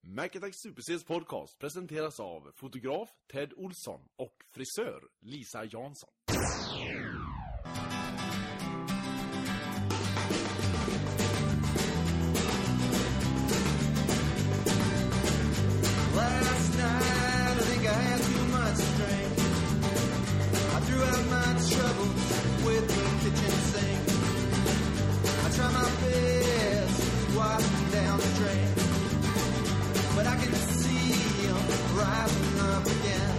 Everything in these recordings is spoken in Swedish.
Macattack Super-Cs podcast presenteras av fotograf Ted Olsson och frisör Lisa Jansson. Last night I think I had too much strength. I threw out my troubles with the kitchen sink. I try my best to wipe down the drain, but I can see them rising up again.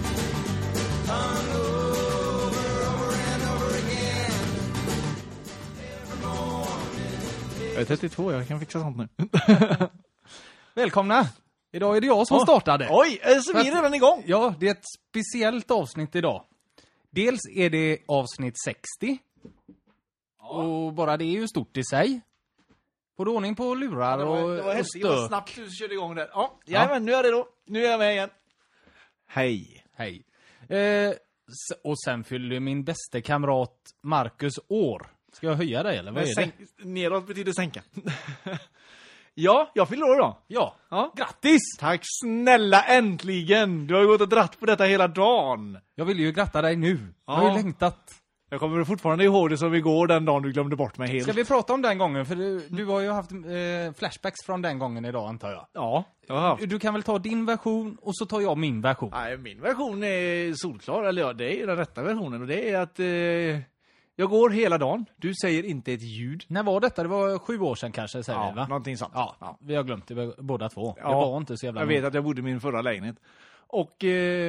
Over and over again. Every morning. Jag är 32, jag kan fixa sånt nu. Välkomna! Idag är det jag som startade. Oj, så vi är redan igång. Ja, det är ett speciellt avsnitt idag. Dels är det avsnitt 60. Och bara det är ju stort i sig. Får du ordning på lurar Det var och häftigt, det var stök? snabbt du körde igång där. Ja, men nu är jag redo. Nu är jag med igen. Hej. Hej. Och sen fyller min bästa kamrat Marcus år. Ska jag höja dig eller vad är det? Neråt betyder sänka. Ja, jag fyller år då. Ja, Ja. grattis! Tack snälla, äntligen. Du har ju gått och dratt på detta hela dagen. Jag vill ju gratta dig nu. Jag har ju längtat. Jag kommer fortfarande ihåg det som igår den dagen du glömde bort mig helt. Ska vi prata om den gången? För du har ju haft flashbacks från den gången idag, antar jag. Ja, jag har haft. Du kan väl ta din version och så tar jag min version. Nej, min version är solklar. Eller ja, det är den rätta versionen. Och det är att jag går hela dagen. Du säger inte ett ljud. När var detta? Det var 7 år sedan kanske, säger vi, va? Någonting sånt. Ja, vi har glömt det båda två. Ja, det var inte så jävla jag vet att jag bodde i min förra lägenhet. Och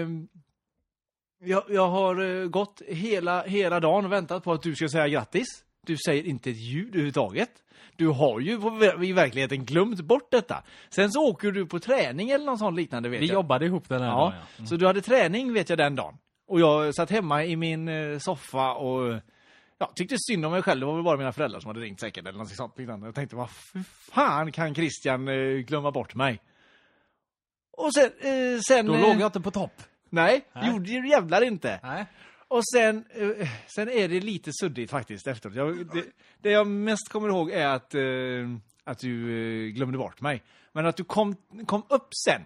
jag har gått hela dagen och väntat på att du ska säga grattis. Du säger inte ett ljud överhuvudtaget. Du har ju i verkligheten glömt bort detta. Sen så åker du på träning eller någon sån liknande, vet Vi jag. jobbade ihop den här dagen, ja. Så du hade träning, vet jag, den dagen. Och jag satt hemma i min soffa och tyckte synd om mig själv. Det var väl bara mina föräldrar som hade ringt säkert eller något sånt. Jag tänkte, vad fan kan Christian glömma bort mig? Och sen Då låg jag inte på topp. Nej, gjorde du jävlar inte. Nej. Och sen är det lite suddigt faktiskt efteråt. Det jag mest kommer ihåg är att du glömde bort mig. Men att du kom upp sen.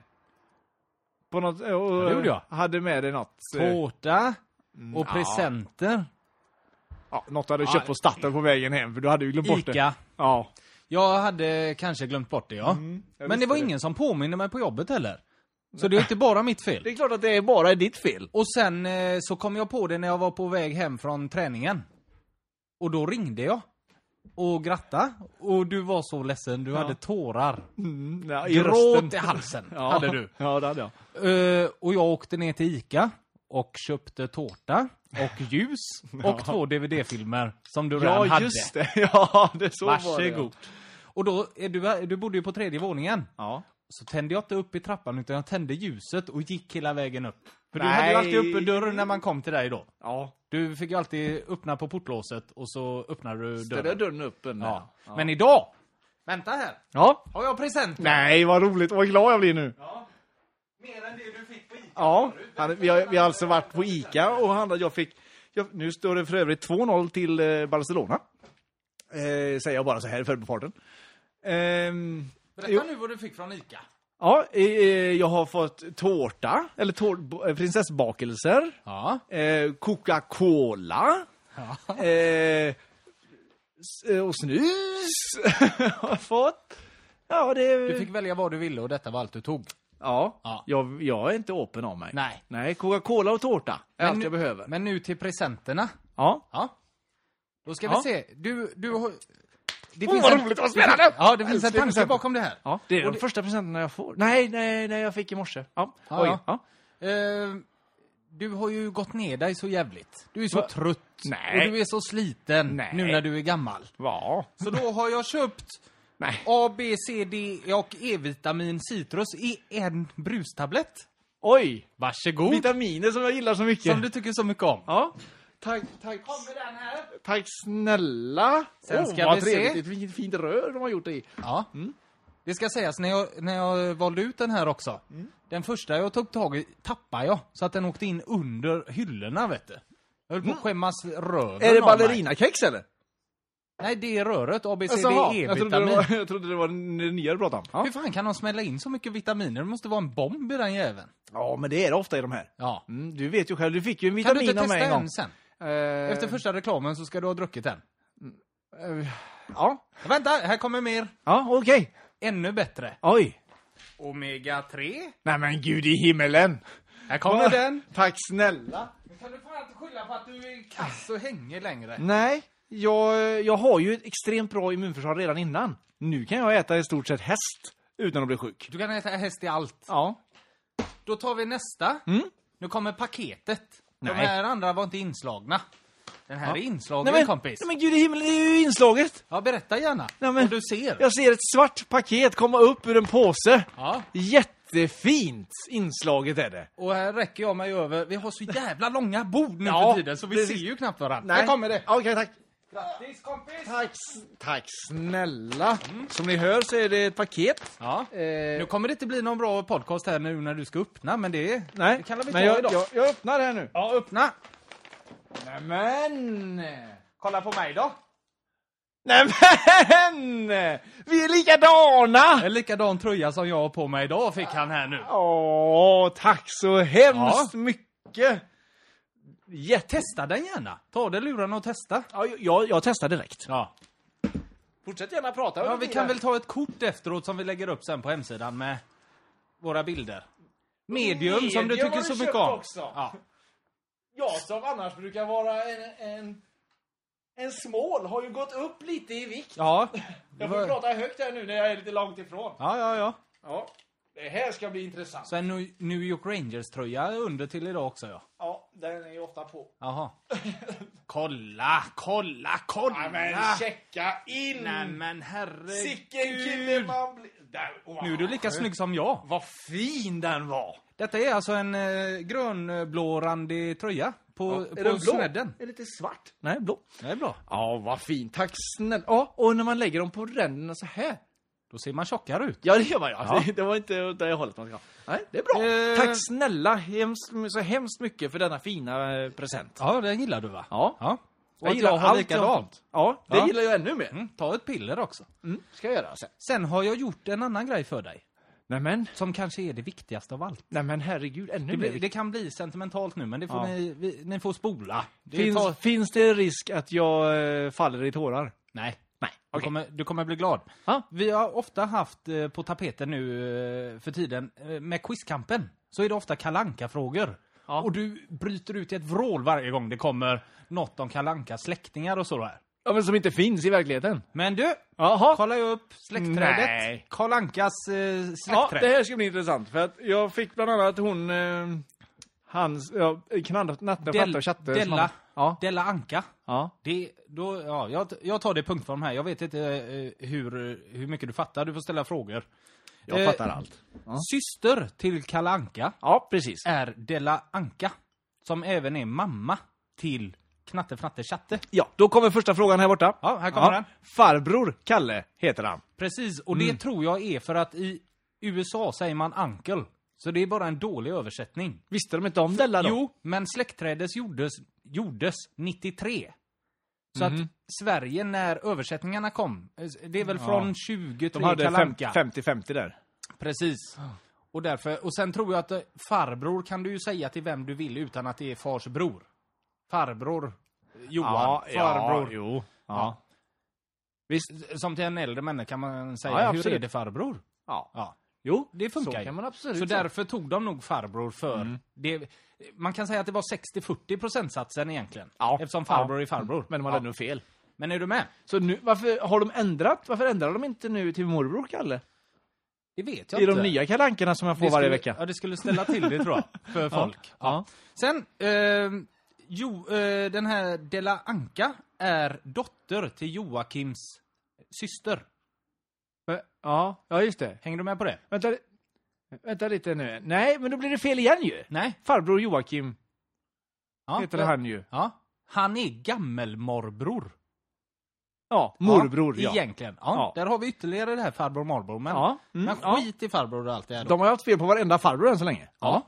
På något, och det gjorde jag. Hade med dig något. Tårta och presenter. Ja, något hade du köpt på Statoil på vägen hem. För du hade ju glömt bort det. Ica. Ja. Jag hade kanske glömt bort det, ja. Men det var ingen som påminner mig på jobbet heller. Så det är inte bara mitt fel. Det är klart att det är bara ditt fel. Och sen så kom jag på det när jag var på väg hem från träningen. Och då ringde jag. Och gratta. Och du var så ledsen. Du hade tårar. Ja, Gråt i halsen hade du. Ja, det hade jag. Och jag åkte ner till Ica. Och köpte tårta. Och ljus. Och 2 DVD-filmer. Som du redan hade. Ja, just det. Ja, det så var det. Varsågod. Och då, du bodde ju på 3:e våningen. Ja. Så tände jag inte upp i trappan utan jag tände ljuset och gick hela vägen upp. För du hade ju alltid uppe dörren när man kom till dig då. Ja. Du fick ju alltid öppna på portlåset och så öppnade du dörren. Ställde dörren upp. Ja. Men idag, vänta här, Ja. har jag present. Nej, vad roligt. Vad glad jag blir nu. Ja. Mer än det du fick på Ica. Ja, vi har alltså varit på Ica och handlat. Nu står det för övrigt 2-0 till Barcelona. Säger jag bara så här i förbifarten. Berätta nu vad du fick från Ica. Ja, jag har fått tårta, eller prinsessbakelser. Ja. Coca-Cola. Ja. Och snus har jag fått. Ja, Du fick välja vad du ville och detta var allt du tog. Ja. Ja. Jag är inte öppen av mig. Nej. Coca-Cola och tårta är allt nu, jag behöver. Men nu till presenterna. Ja. Ja. Då ska vi se. Du har... Det vad roligt, vad spännande! Ja, det finns en Älskar tanke presenter. bakom det här. Ja, det är de första presenterna jag får. Nej, jag fick i morse. Ja. Ja, Oj. ja. Ja. Du har ju gått ner dig så jävligt. Du är så Va? trött. Nej. Och du är så sliten. Nej. Nu när du är gammal. Ja. Så då har jag köpt A, B, C, D och E-vitamin citrus i en brustablett. Oj. Varsågod. Vitaminer som jag gillar så mycket. Som du tycker så mycket om. Ja. Tack. Kommer den här? Tack snälla. Sen ska vad vi trevligt. se. Ett fint rör de har gjort det i. Ja. Det ska sägas, när jag valde ut den här också. Den första jag tog tag i tappade jag. Så att den åkte in under hyllorna, vet du. Jag höll på att skämmas röven. Är det av mig. ballerinakex eller? Nej, det är röret. Alltså, jag ABCDE-vitamin. trodde det var det nya du pratade om. Ja. Hur fan kan de smälla in så mycket vitaminer? Det måste vara en bomb i den jäveln. Ja, men det är det ofta i de här. Ja. Du vet ju själv, du fick ju en Kan du vitamin inte av mig testa en gång. en sen? Eh, Efter första reklamen så ska du ha druckit den. Ja, Vänta, här kommer mer. ja okej. Ännu bättre. Oj. Omega 3. Nej men gud i himmelen. Här kommer den. Tack snälla. Kan du fan inte skylla på att du är kass och hänger längre? Nej, jag har ju ett extremt bra immunförsvar redan innan. Nu kan jag äta i stort sett häst utan att bli sjuk. Du kan äta häst i allt. Ja. Då tar vi nästa. Nu kommer paketet. De Nej. här andra var inte inslagna. Den här är inslagen, Nej men, kompis. nej men gud i himmelen, det är ju inslaget. Ja, berätta gärna. Nej, men, vad du ser. Jag ser ett svart paket komma upp ur en påse. Ja. Jättefint inslaget är det. Och här räcker jag mig över. Vi har så jävla långa bord nu Ja, för tiden så vi precis. ser ju knappt varandra. Här kommer det. Okej, tack. Grattis kompis. Tack snälla. Som ni hör så är det ett paket. Ja. Nu kommer det inte bli någon bra podcast här nu när du ska öppna, men det Nej, kan vi ta men jag, idag. jag öppnar det här nu. Ja, öppna. Nämen! Kolla på mig då. Nämen! Vi är likadana! En likadan tröja som jag har på mig idag fick han här nu. Åh, tack så hemskt mycket! Testa den gärna. Ta det luren och testa. Ja, jag testar direkt. Ja. Fortsätt gärna prata. Ja, vi kan väl ta ett kort efteråt som vi lägger upp sen på hemsidan med våra bilder. Medium som du Medium tycker har så du mycket köpt om. också. Ja. Jag som annars brukar vara en smål har ju gått upp lite i vikt. Ja. Jag får prata högt här nu när jag är lite långt ifrån. Ja. Ja, det här ska bli intressant. Så en New York Rangers-tröja under till idag också, ja. Ja, den är ju ofta på. Jaha. Kolla! Nej men checka in! Nej men herregud. Sicken kille man blir... Nu är du lika snygg som jag. Vad fin den var! Detta är alltså en grönblå-randig tröja på Är den blå? snedden. Är lite svart? Nej, blå. Det är bra. Ja, vad fint. Tack snälla. Ja, och när man lägger dem på ränderna så här. Då ser man tjockare ut. Ja, det gör man ja. Ja. Det var inte åt det hållet man ska. Nej, det är bra. Tack snälla så hemskt mycket för denna fina present. Ja, den gillar du va? Ja. Ja. Och Jag att gillar jag har allt likadant. Ja, det Ja. gillar jag ännu mer. Ta ett piller också. Ska jag göra sen. Sen har jag gjort en annan grej för dig. Nämen, Som kanske är det viktigaste av allt. herregud, ännu mer. Det kan bli sentimentalt nu, men det får Ja. ni får spola. Det Finns det risk att jag faller i tårar? Nej. Nej, Du kommer bli glad. Ja. Vi har ofta haft på tapeten nu för tiden med quizkampen. Så är det ofta Kalle Anka-frågor. Ja. Och du bryter ut i ett vrål varje gång det kommer något om Kalle Ankas släktingar och så där. Ja, men som inte finns i verkligen. Men du, Jaha. kolla ju upp släktträdet. Nej. Kalle Ankas Ja, släktträd. det här ska bli intressant. För att jag fick bland annat hon... hans... Ja, natten, platta och chatte. Della. Ja. Della Anka. Ja. Jag tar det i punktform här. Jag vet inte hur mycket du fattar. Du får ställa frågor. Jag fattar allt. Ja. Syster till Kalle Anka Ja, precis. är Della Anka. Som även är mamma till Knatte Fnatte Chatte. Ja, då kommer första frågan här borta. Ja, här kommer den. Farbror Kalle heter han. Precis, och det tror jag är för att i USA säger man uncle. Så det är bara en dålig översättning. Visste de inte om Della då? Jo, men släktträdet gjordes 93. Så att Sverige, när översättningarna kom, det är väl från 23 De hade Kalle Anka. 50-50 där. Precis. Och sen tror jag att farbror kan du ju säga till vem du vill utan att det är fars bror. Farbror Johan, farbror. Jo. Ja. Visst. Som till en äldre människa kan man säga, Ja, hur absolut. är det farbror? Ja. Ja. Jo, Det funkar så ju. kan man absolut Så säga. därför tog de nog farbror för det. Man kan säga att det var 60-40 procentsatsen egentligen. Ja. Eftersom farbror är farbror. Men de hade nog fel. Men är du med? Så nu, varför har de ändrat? Varför ändrar de inte nu till morbror Kalle? Det vet jag I inte. de nya kalankerna som jag får Det varje skulle- vecka. Ja, det skulle ställa till det tror jag. För folk. Ja. Sen, den här Della Anka är dotter till Joakims syster. Ja, just det. Hänger du med på det? Vänta lite nu. Nej, men då blir det fel igen ju. Nej. Farbror Joakim Ja, heter han ju. Ja. Han är gammelmorbror. Ja, morbror, ja. Egentligen. Ja. Ja. Där har vi ytterligare det här farbror morbror. Men, Ja. men Ja. skit i farbror och allt det här då. De har haft fel på varenda farbror än så länge. Ja.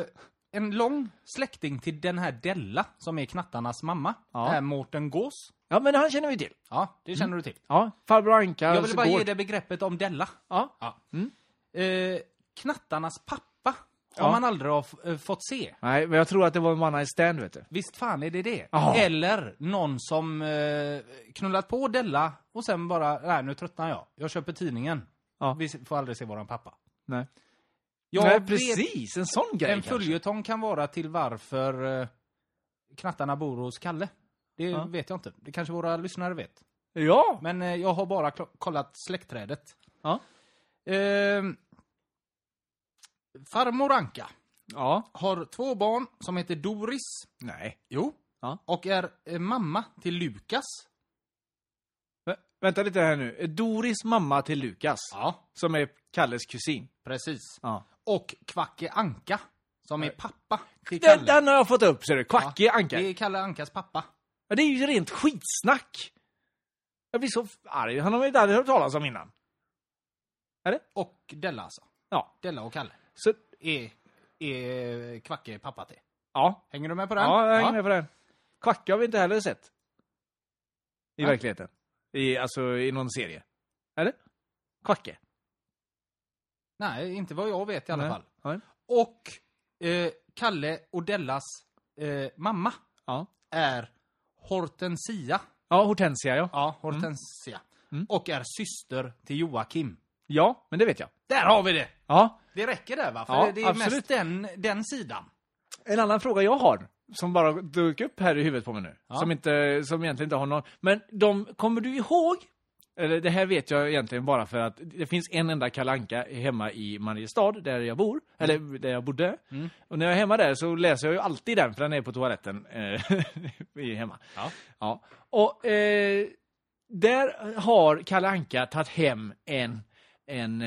En lång släkting till den här Della, som är knattarnas mamma, Ja. är Mårten Gås. Ja, men han känner vi till. Ja, det känner du till. Ja, farbror Anka. Jag vill bara ge dig begreppet om Della. Ja. Ja. Mm. Knattarnas pappa Ja. har man aldrig fått se. Nej, men jag tror att det var en one night stand, vet du. Visst fan är det. Ja. Eller någon som knullat på Della och sen bara, nej nu tröttnar jag. Jag köper tidningen. Ja. Vi får aldrig se våran pappa. Nej. Jag Nej, vet- precis. En sån grej En kanske. följetong kan vara till varför knattarna bor hos Kalle. Det Ja. vet jag inte. Det kanske våra lyssnare vet. Ja. Men jag har bara kollat släktträdet. Ja. Farmor Anka Ja. har 2 barn som heter Doris. Nej. Jo. Ja. Och är mamma till Lukas. Vänta lite här nu. Är Doris mamma till Lukas? Ja, Som är Kalles kusin. precis. Ja. Och Kvacke Anka som är pappa till Kalle. Den har jag fått upp, ser du. Kvacke Ja, Anka. Det är Kalle Ankas pappa. Ja, det är ju rent skitsnack. Jag blir så arg. Han har ju inte aldrig hört talas om innan. Och Della alltså. Ja. Della och Kalle. Så, Är Kvacke pappa till. ja. Hänger du med på den? Ja, jag hänger med på den. Kvacke har vi inte heller sett. I Nej. verkligheten. Alltså i någon serie. Eller? Kvacke. Nej, inte vad jag vet i alla Nej. fall. Nej. Och Kalle och Dellas mamma Ja. är Hortensia. Ja, Hortensia, ja. Ja, Hortensia. Mm. Och är syster till Joakim. Ja, men det vet jag. Där har vi det! Ja. Det räcker där va? För Ja, det är absolut. mest den sidan. En annan fråga jag har, som bara dök upp här i huvudet på mig nu. Ja. Som egentligen inte har någon. Men kommer du ihåg? Eller det här vet jag egentligen bara för att det finns en enda Kalle Anka hemma i Mariestad där jag bor. Eller där jag bodde. Mm. Och när jag är hemma där så läser jag ju alltid den, för den är på toaletten hemma. Ja. Ja. Och där har Kalle Anka tagit hem en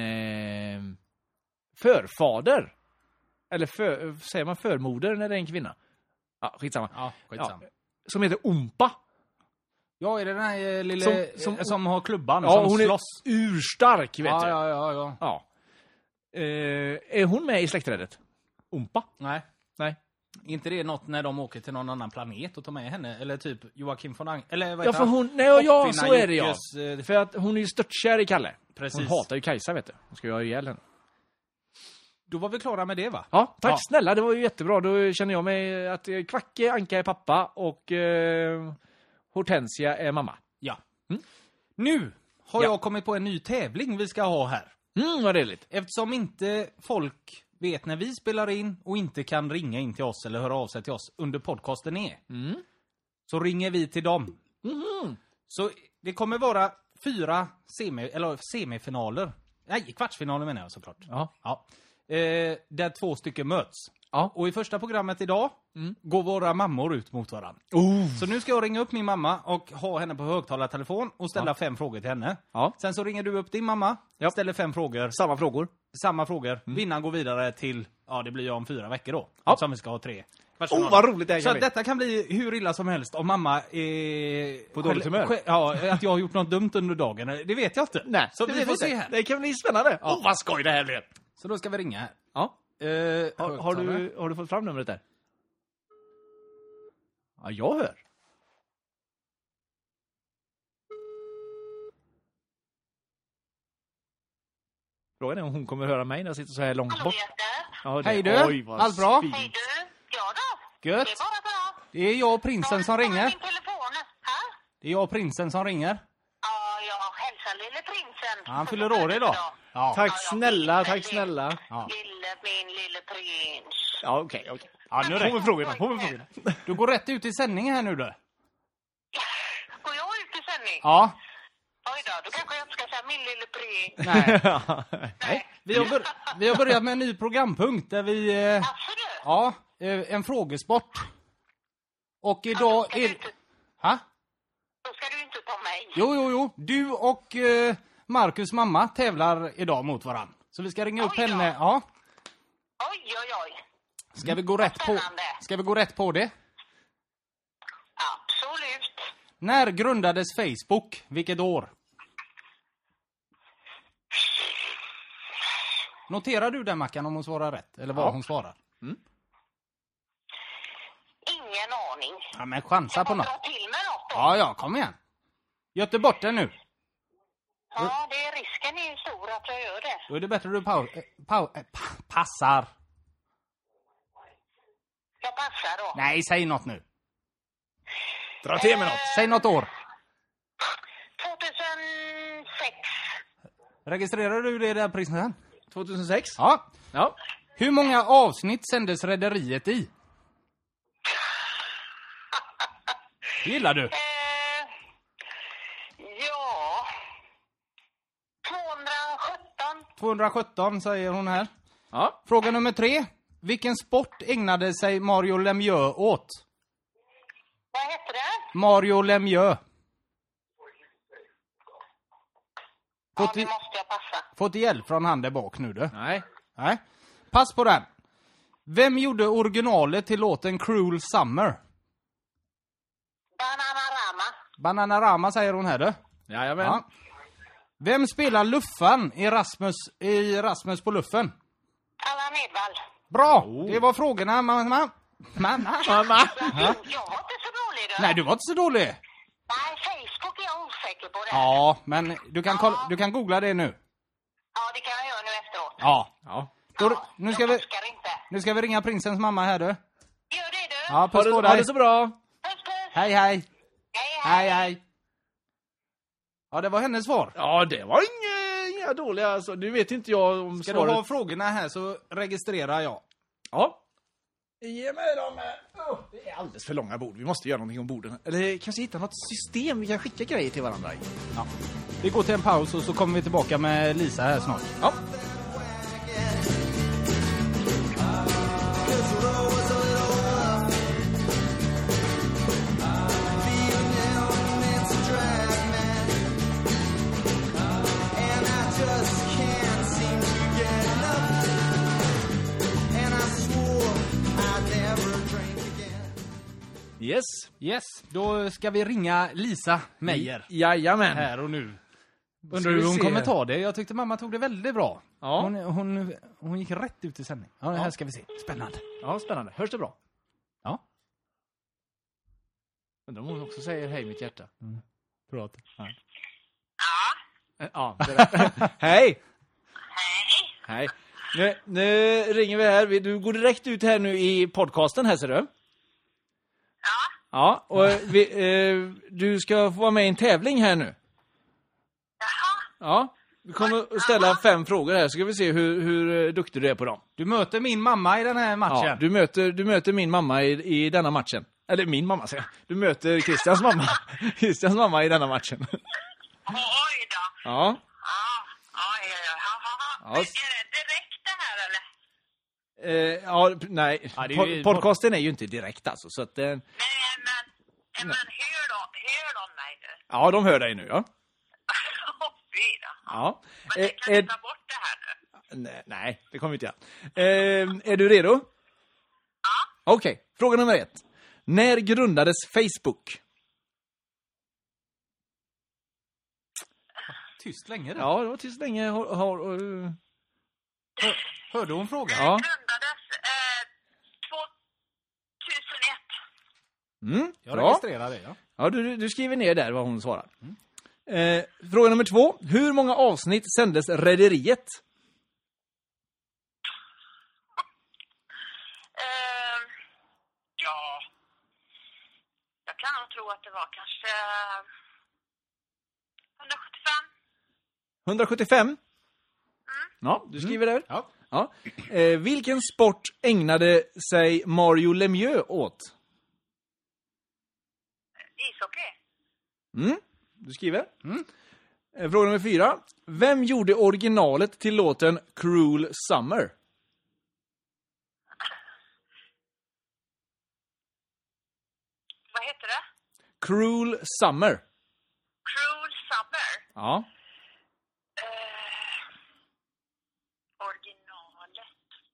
förfader. Eller säger man förmoder när det är en kvinna? Ja, skitsamma. Ja, skitsamma. Ja, som heter Ompa. Ja, är det den här lille som har klubban Ja, som hon slåss? är urstark, vet du. Ja. Ja. Är hon med i släktträdet? Ompa? Nej. Nej. Inte det något när de åker till någon annan planet och tar med henne? Eller typ Joakim von Anka? Eller vad Ja, heter för han? hon... Nej, ja, Uppfinna så är det, ja. Jockes, För att hon är ju störtkär i Kalle. Precis. Hon hatar ju Kajsa, vet du. Hon ska ju ha ihjäl henne. Då var vi klara med det va? Ja, tack Ja. snälla. Det var ju jättebra. Då känner jag mig att Kvacke Anka är pappa och Hortensia är mamma. Ja. Mm. Nu har Ja. jag kommit på en ny tävling vi ska ha här. Vad roligt. Eftersom inte folk vet när vi spelar in och inte kan ringa in till oss eller höra av sig till oss under podcasten är. Så ringer vi till dem. Så det kommer vara 4 semifinaler. Nej, kvartsfinaler menar jag såklart. Ja. Ja. Där 2 stycken möts. Ja. Och i första programmet idag går våra mammor ut mot varandra. Oh. Så nu ska jag ringa upp min mamma och ha henne på högtalartelefon och ställa 5 frågor till henne. Ja. Sen så ringer du upp din mamma, Ja. ställer 5 frågor. Samma frågor. Samma frågor. Vinnaren går vidare till, ja det blir ju om 4 veckor då. Ja. Som vi ska ha 3. Vad roligt det här Så kan att bli. detta kan bli hur illa som helst om mamma är... På dåligt humör. Ja, att jag har gjort något dumt under dagen. Det vet jag inte. Nej, så det vi vet får inte. se här. Det kan bli spännande. Ja. Vad skoj det här blir. Så då ska vi ringa här. Ja. Har Högtalare. du fått fram numret där? Ja, jag hör. Frågan är om hon kommer höra mig när jag sitter så här långt Hallå bort. Hjärta. Ja, det- Hej du. Oj, vad Allt bra? fint. Hej du. Ja då. Gött. Det är bara bra. Det är jag och prinsen som Har du ringer. min telefon? Ha? Det är jag och prinsen som ringer. Ja, jag hälsar lille prinsen. Ja, han fyller år idag. Ja. Tack jag snälla, vet tack det. snälla. Ja. Min lille prins. Ja, okej. Ja, nu På räcker med frågorna, på med frågorna. Du går rätt ut i sändning här nu då. Går jag ut i sändning? Ja. Oj då kanske jag inte ska säga min lille prins. Nej. Nej. Vi har börjat med en ny programpunkt där vi... Alltså du. Ja, en frågesport. Och idag ska är... du inte- Ha? Då ska du inte ta mig. Jo. Du och Marcus mamma tävlar idag mot varann. Så vi ska ringa upp Oj då. henne. Ja. Oj. Ska vi gå rätt på... Spännande. Ska vi gå rätt på det? Absolut. När grundades Facebook? Vilket år? Noterar du den, Mackan, om hon svarar rätt? Eller vad hon svarar? Ingen aning. Ja, men chansa på Jag något. dra till med något Ja, kom igen. Götte bort den nu. Ja, risken är ju stor att jag gör det. Då är det bättre att du passar. Jag passar då. Nej, säg något nu. Dra till med något. Säg något år. 2006. Registrerar du det där priset? 2006? Ja. Ja. Hur många avsnitt sändes Rederiet i? Gillar du? Ja. 217. 217 säger hon här. Ja. Fråga nummer 3. Vilken sport ägnade sig Mario Lemieux åt? Vad heter det? Mario Lemieux. Ja, det måste jag passa. Fått hjälp från han där bak nu du. Nej. Nej. Pass på den. Vem gjorde originalet till låten Cruel Summer? Bananarama. Bananarama säger hon här du. Jajamän. Ja. Vem spelar Luffan i Rasmus på luffen? Allan Edwall. Bra! Det var frågorna, mamma. Mamma. Jag var inte så dålig då. Nej, du var inte så dålig. Nej, Facebook är jag osäker på det. Ja, men du kan googla det nu. Ja, det kan jag göra nu efteråt. Ja. Ja. Då, nu ska vi inte. ringa prinsens mamma här du. Gör det du. Ja, puss på Ha dig. det så bra. Puss, puss. Hej. Hej, Hej. Ja, det var hennes svar. Ja, det var inga dåliga. Alltså. Nu vet inte jag om Ska svaret. du ha frågorna här så registrerar jag. Ja. Ge mig dem. Det är alldeles för långa bord. Vi måste göra någonting om borden. Eller kanske hitta något system vi kan skicka grejer till varandra i. Ja. Vi går till en paus och så kommer vi tillbaka med Lisa här snart. Ja. Yes, då ska vi ringa Lisa Meijer. Jajamän. Här och nu. Ska Undrar vi hur hon se. kommer ta det. Jag tyckte mamma tog det väldigt bra. Ja. Hon gick rätt ut i sändning. Ja, här ska vi se. Spännande. Ja, spännande. Hörs det bra? Ja. Undrar om hon också säger hej mitt hjärta. Prata. Ja. Hej. Hej. Nu ringer vi här. Du går direkt ut här nu i podcasten här, ser du. Ja, och du ska få vara med i en tävling här nu. Ja, vi kommer att ställa 5 frågor här, så ska vi se hur duktig du är på dem. Du möter min mamma i den här matchen. Ja, du möter min mamma i denna matchen. Eller min mamma, säger jag. Du möter Christians mamma. Christians mamma i denna matchen. Oj då. Ja. Men är det direkt det här eller? Ja, nej. Ja, det är ju- Podcasten är ju inte direkt alltså, så att... Nej, men hör de mig nu? Ja, de hör dig nu, ja. Fy då. Ja. Men kan du ta bort det här nu? Nej, det kommer vi inte göra. Är du redo? Ja. Okej, fråga nummer 1. När grundades Facebook? Tyst länge då. Ja, det var tills länge. Hörde hon frågan? Ja. Grundades 2001. Jag Bra. registrerar det, ja. Ja, du skriver ner där vad hon svarar. Fråga nummer 2. Hur många avsnitt sändes Rederiet? Ja. Jag kan nog tro att det var kanske 175. 175? Ja, du skriver där. Ja. Ja. Vilken sport ägnade sig Mario Lemieux åt? Ishockey. Du skriver. Fråga nummer 4. Vem gjorde originalet till låten Cruel Summer? Vad heter det? Cruel Summer. Cruel Summer. Ja. Originalet.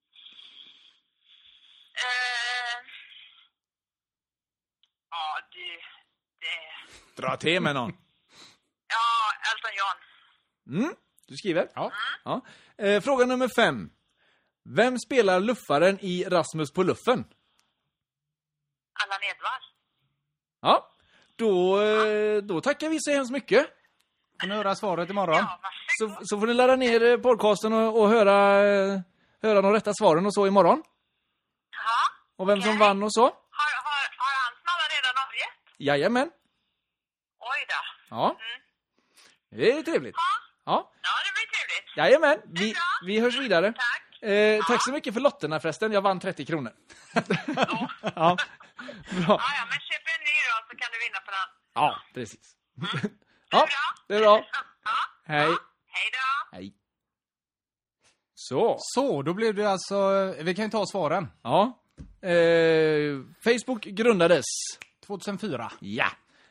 Ja, det... Dra till med någon. Ja, Elton John. Du skriver. Ja. Fråga nummer 5. Vem spelar luffaren i Rasmus på luffen? Allan Edwall. Ja. då tackar vi så hemskt mycket. Får ni höra svaret imorgon? Ja, varsågod. Så får ni ladda ner podcasten och höra de rätta svaren och så imorgon. Ja. Och vem som Okej. vann och så. Har hans mamma redan avgett? Jajamän. Oj då. Ja. Det är trevligt. Ja. Ja, det blir trevligt. Jajamän. Det är bra. Vi hörs vidare. Tack. Tack så mycket för lotterna förresten. Jag vann 30 kronor. Ja. Bra. Ja, men köp en ny då så kan du vinna på den. Ja, precis. Det är Ja, bra. det är bra. Ja. Hej. Hej då. Hej. Så. Så, då blev det alltså... Vi kan ju ta svaren. Ja. Facebook grundades. 2004. Ja.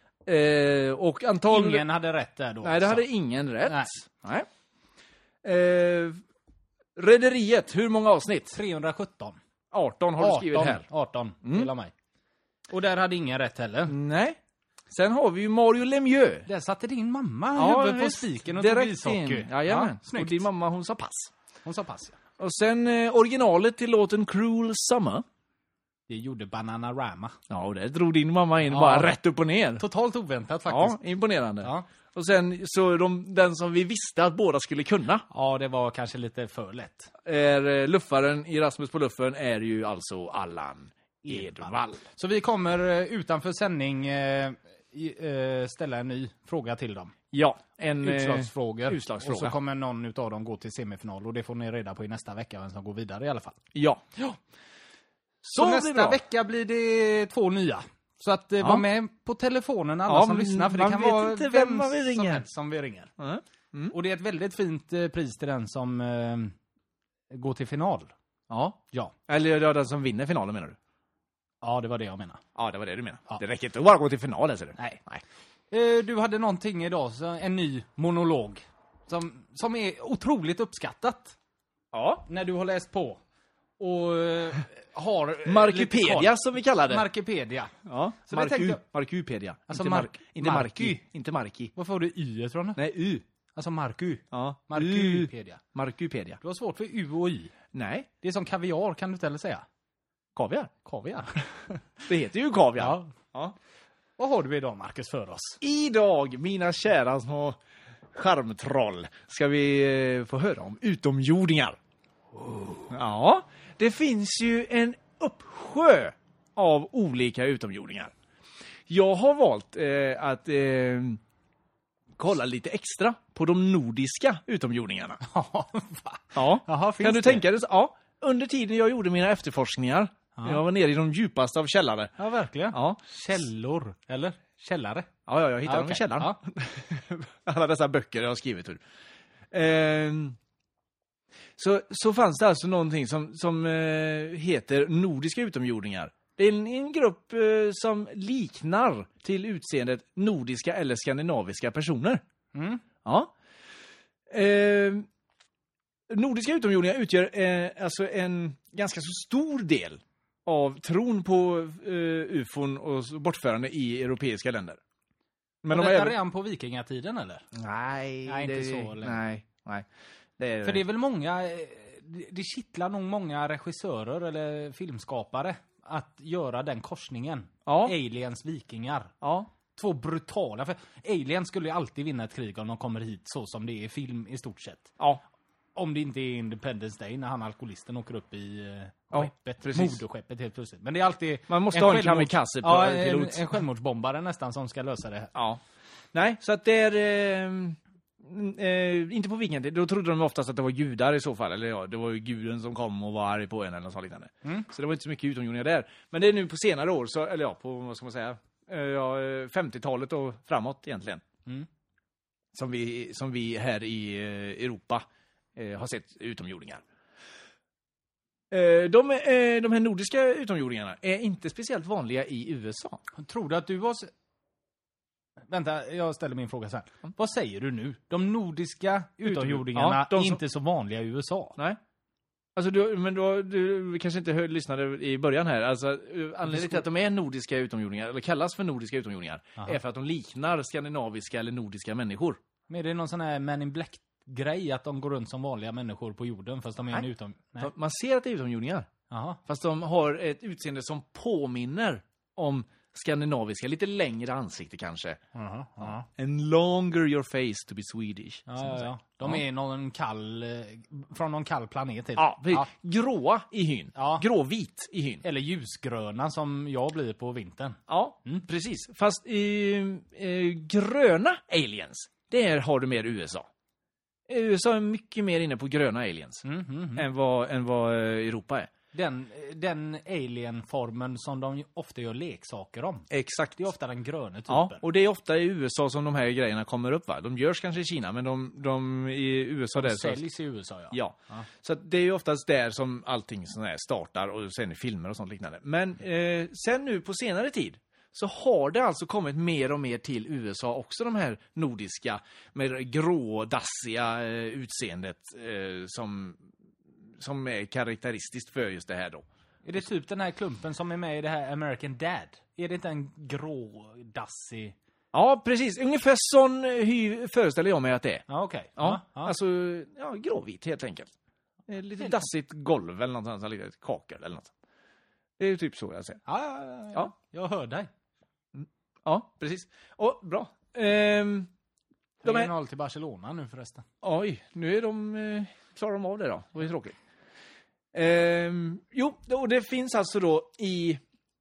Och antal... Ingen hade rätt där då. Nej, det så. hade ingen rätt. Nej. Nej. Rederiet, hur många avsnitt? 317. 18 har du skrivit här. 18, hela mig. Och där hade ingen rätt heller. Nej. Sen har vi ju Mario Lemieux. Där satte din mamma huvudet på visst. spiken och tog direkt ishockey. in. Jajamän. Ja, Och snyggt. din mamma, hon sa pass. Hon sa pass, ja. Och sen originalet till låten Cruel Summer. Det gjorde Bananarama. Ja, och där drog din mamma in Ja. bara rätt upp och ner. Totalt oväntat Ja, faktiskt. imponerande. Ja. Och sen så den som vi visste att båda skulle kunna Ja, det var kanske lite för lätt. är luffaren i Rasmus på luffen är ju alltså Allan Edwall. Så vi kommer utanför sändning ställa en ny fråga till dem. Ja, en Utslagsfrågor. utslagsfråga. Och så kommer någon utav dem gå till semifinal. Och det får ni reda på i nästa vecka vem som går vidare i alla fall. Ja. Så blir nästa bra. vecka blir det 2 nya. Så att var med på telefonen alla Ja, som lyssnar. För det man kan vet vara inte vem man vill som ringa. helst som vi ringer. Mm. Och det är ett väldigt fint pris till den som går till final. Ja. Ja. Eller ja, den som vinner finalen menar du? Ja, det var det jag menar. Ja, det var det du menar. Ja. Det räcker inte att bara gå till finalen, ser du. Nej. Nej. Du hade någonting idag, så en ny monolog. Som är otroligt uppskattat. Ja. När du har läst på. Och har... lite Markipedia koll. som vi kallar det. Markipedia. Ja. Så det tänkte jag- Markupedia. Alltså inte inte Marky. Marki. Inte Marki. Varför har du y från det? Nej, U. Alltså Marku. Ja. Markipedia. Markupedia. Du har svårt för u och y. Nej. Det är som kaviar, kan du inte heller säga? Kaviar. Kaviar. Det heter ju kaviar. Ja. Ja. Vad har du idag, Marcus, för oss? Idag, mina kära små charmtroll, ska vi få höra om utomjordingar. Ja, det finns ju en uppsjö av olika utomjordingar. Jag har valt att kolla lite extra på de nordiska utomjordingarna. Ja, Jaha, finns kan du det? tänka dig? Ja, under tiden jag gjorde mina efterforskningar. Jag var nere i de djupaste av källare. Ja, verkligen. Ja, Källor, eller? Källare. ja, jag hittade dem i okej. källaren. Ja. Alla dessa böcker jag har skrivit ur. Så fanns det alltså någonting som heter nordiska utomjordingar. Det är en grupp som liknar till utseendet nordiska eller skandinaviska personer. Mm. Ja. Nordiska utomjordingar utgör alltså en ganska så stor del av tron på ufon och bortförande i europeiska länder. Men de detta har även... redan på vikingatiden, eller? Nej, Nej, inte så länge. Nej. Det För det är väl många... Det kittlar nog många regissörer eller filmskapare att göra den korsningen. Ja. Aliens, vikingar. Ja. Två brutala... För Aliens skulle ju alltid vinna ett krig om de kommer hit så som det är i film i stort sett. Ja. Om det inte är Independence Day när han alkoholisten åker upp i Ja, skeppet, precis. moderskeppet helt plötsligt. Men det är alltid... Man måste ha en kamikaze ja, pilot. en självmordsbombare nästan som ska lösa det här. Ja. Nej, så att det är... inte på vikingatid. Då trodde de oftast att det var gudar i så fall. Eller ja, det var ju guden som kom och var arg på en eller något sånt liknande. Så det var inte så mycket utomjordingar där. Men det är nu på senare år, så, eller ja, på vad ska man säga, 50-talet och framåt egentligen. Som vi här i Europa har sett utomjordingar. De här nordiska utomjordingarna är inte speciellt vanliga i USA. Tror du att du var... Vänta, jag ställer min fråga så här. Vad säger du nu? De nordiska utomjordingarna Ja, de är som- inte så vanliga i USA. Nej. Alltså du kanske inte lyssnade i början här. Alltså anledningen till att de är nordiska utomjordingar, eller kallas för nordiska utomjordingar, är för att de liknar skandinaviska eller nordiska människor. Men är det någon sån här Man in Black-grej att de går runt som vanliga människor på jorden fast de är en Nej. utom... Nej. Man ser att det är utomjordingar. Jaha. Fast de har ett utseende som påminner om skandinaviska, lite längre ansikte kanske. Ja. And longer your face to be Swedish. Ja. De är någon från någon kall planet. Ja, gråa i hyn. Ja. Gråvit i hyn. Eller ljusgröna som jag blir på vintern. Ja, precis. Fast gröna aliens, där har du mer USA. USA är mycket mer inne på gröna aliens än vad Europa är. Den alien-formen som de ofta gör leksaker om. Exakt. Det är ofta den gröna typen. Ja, och det är ofta i USA som de här grejerna kommer upp, va? De görs kanske i Kina, men de i USA... De säljs i USA, ja. Så att det är ju oftast där som allting sån här startar, och sen i filmer och sånt liknande. Men sen nu på senare tid så har det alltså kommit mer och mer till USA också, de här nordiska med grådassiga utseendet som är karaktäristiskt för just det här då. Är det typ den här klumpen som är med i det här American Dad? Är det inte en grådassig... Ja, precis. Ungefär sån föreställer jag mig att det är. Ja, okej. Ja, alltså gråvit helt enkelt. Lite dassigt golv eller något sånt, lite kakor eller något. Det är ju typ så jag ser. Ja. Jag hör dig. Ja, precis. Och bra. De är 0 till Barcelona nu förresten. Oj, nu är klarar de av det då. Det var ju tråkigt. Jo, och det finns alltså då i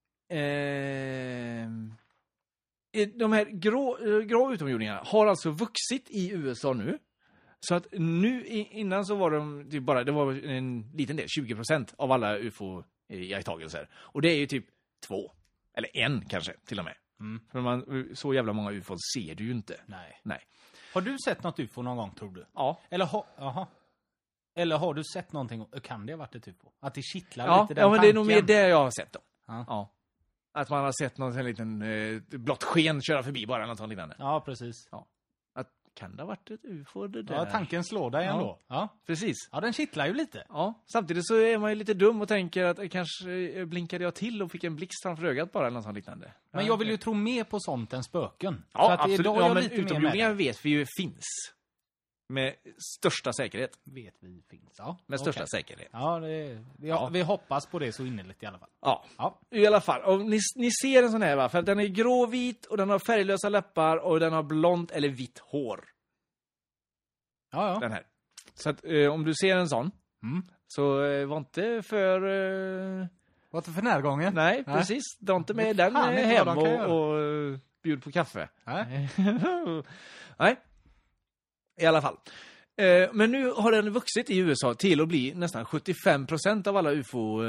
de här grå utomjordingarna har alltså vuxit i USA nu. Så att nu innan så var de typ bara, det var en liten del, 20% av alla UFO-iakttagelser. Och det är ju typ 2 eller 1 kanske till och med. För så jävla många UFO ser du ju inte. Nej. Har du sett något UFO någon gång, tror du? Ja. Eller har du sett någonting, kan det ha varit ett UFO? Att det kittlar lite den tanken? Ja, men det är nog mer det jag har sett då. Ja. Att man har sett någon liten blått sken köra förbi bara, eller något liknande. Ja, precis. Ja. Kan det ha varit ett UFO det där? Ja, tanken slår dig ändå. Ja, precis. Ja, den kittlar ju lite. Ja, samtidigt så är man ju lite dum och tänker att kanske blinkade jag till och fick en blixt framför ögat bara, eller något sånt liknande. Men jag vill ju tro mer på sånt än spöken. Ja, så att absolut. idag är jag lite utomjordingar vet vi ju finns. Med största säkerhet. Vet vi finns, ja. Med största säkerhet. Ja, vi hoppas på det så innerligt i alla fall. Ja. I alla fall. Och ni ser en sån här, va? För att den är gråvit och den har färglösa läppar och den har blont eller vitt hår. Ja. Den här. Så att om du ser en sån så var inte för... Var inte för närgången? Nej, precis. Dra inte med den hem och bjud på kaffe. Nej. I alla fall. Men nu har den vuxit i USA till att bli nästan 75% av alla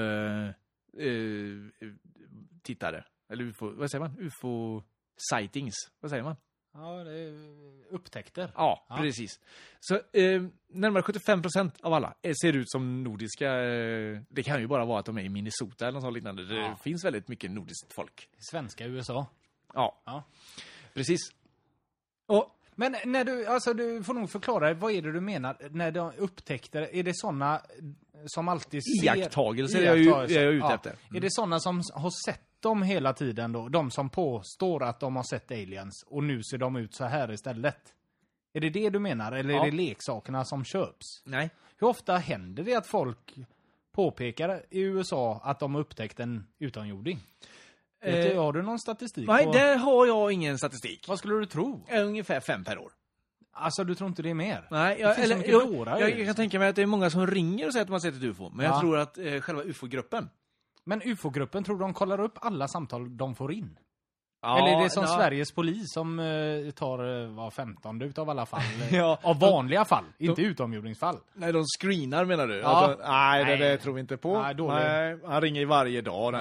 UFO-tittare. Eller UFO, vad säger man? UFO-sightings. Vad säger man? Ja, det är upptäckter. Ja, precis. Så närmare 75% av alla ser ut som nordiska. Det kan ju bara vara att de är i Minnesota eller något sånt liknande. Det finns väldigt mycket nordiskt folk. Svenska USA. Ja. Precis. Och men när du får nog förklara, vad är det du menar när de upptäckter, är det såna som alltid ser... Iakttagelser är jag ute efter. Är det såna som har sett dem hela tiden då? De som påstår att de har sett aliens och nu ser de ut så här istället. Är det du menar? Eller är det leksakerna som köps? Nej. Hur ofta händer det att folk påpekar i USA att de har upptäckt en utomjording? Har du någon statistik? Nej, där har jag ingen statistik. Vad skulle du tro? Ungefär 5 per år. Alltså, du tror inte det är mer? Nej, jag kan tänka mig att det är många som ringer och säger att de har sett ett UFO. Men jag tror att själva UFO-gruppen... Men UFO-gruppen, tror de kollar upp alla samtal de får in? Ja, eller är det som Sveriges polis som tar var 15 utav alla fall? Av vanliga fall, inte utomjordingsfall. Nej, de screenar menar du? Ja. Alltså, nej, det tror vi inte på. Nej, han ringer varje dag.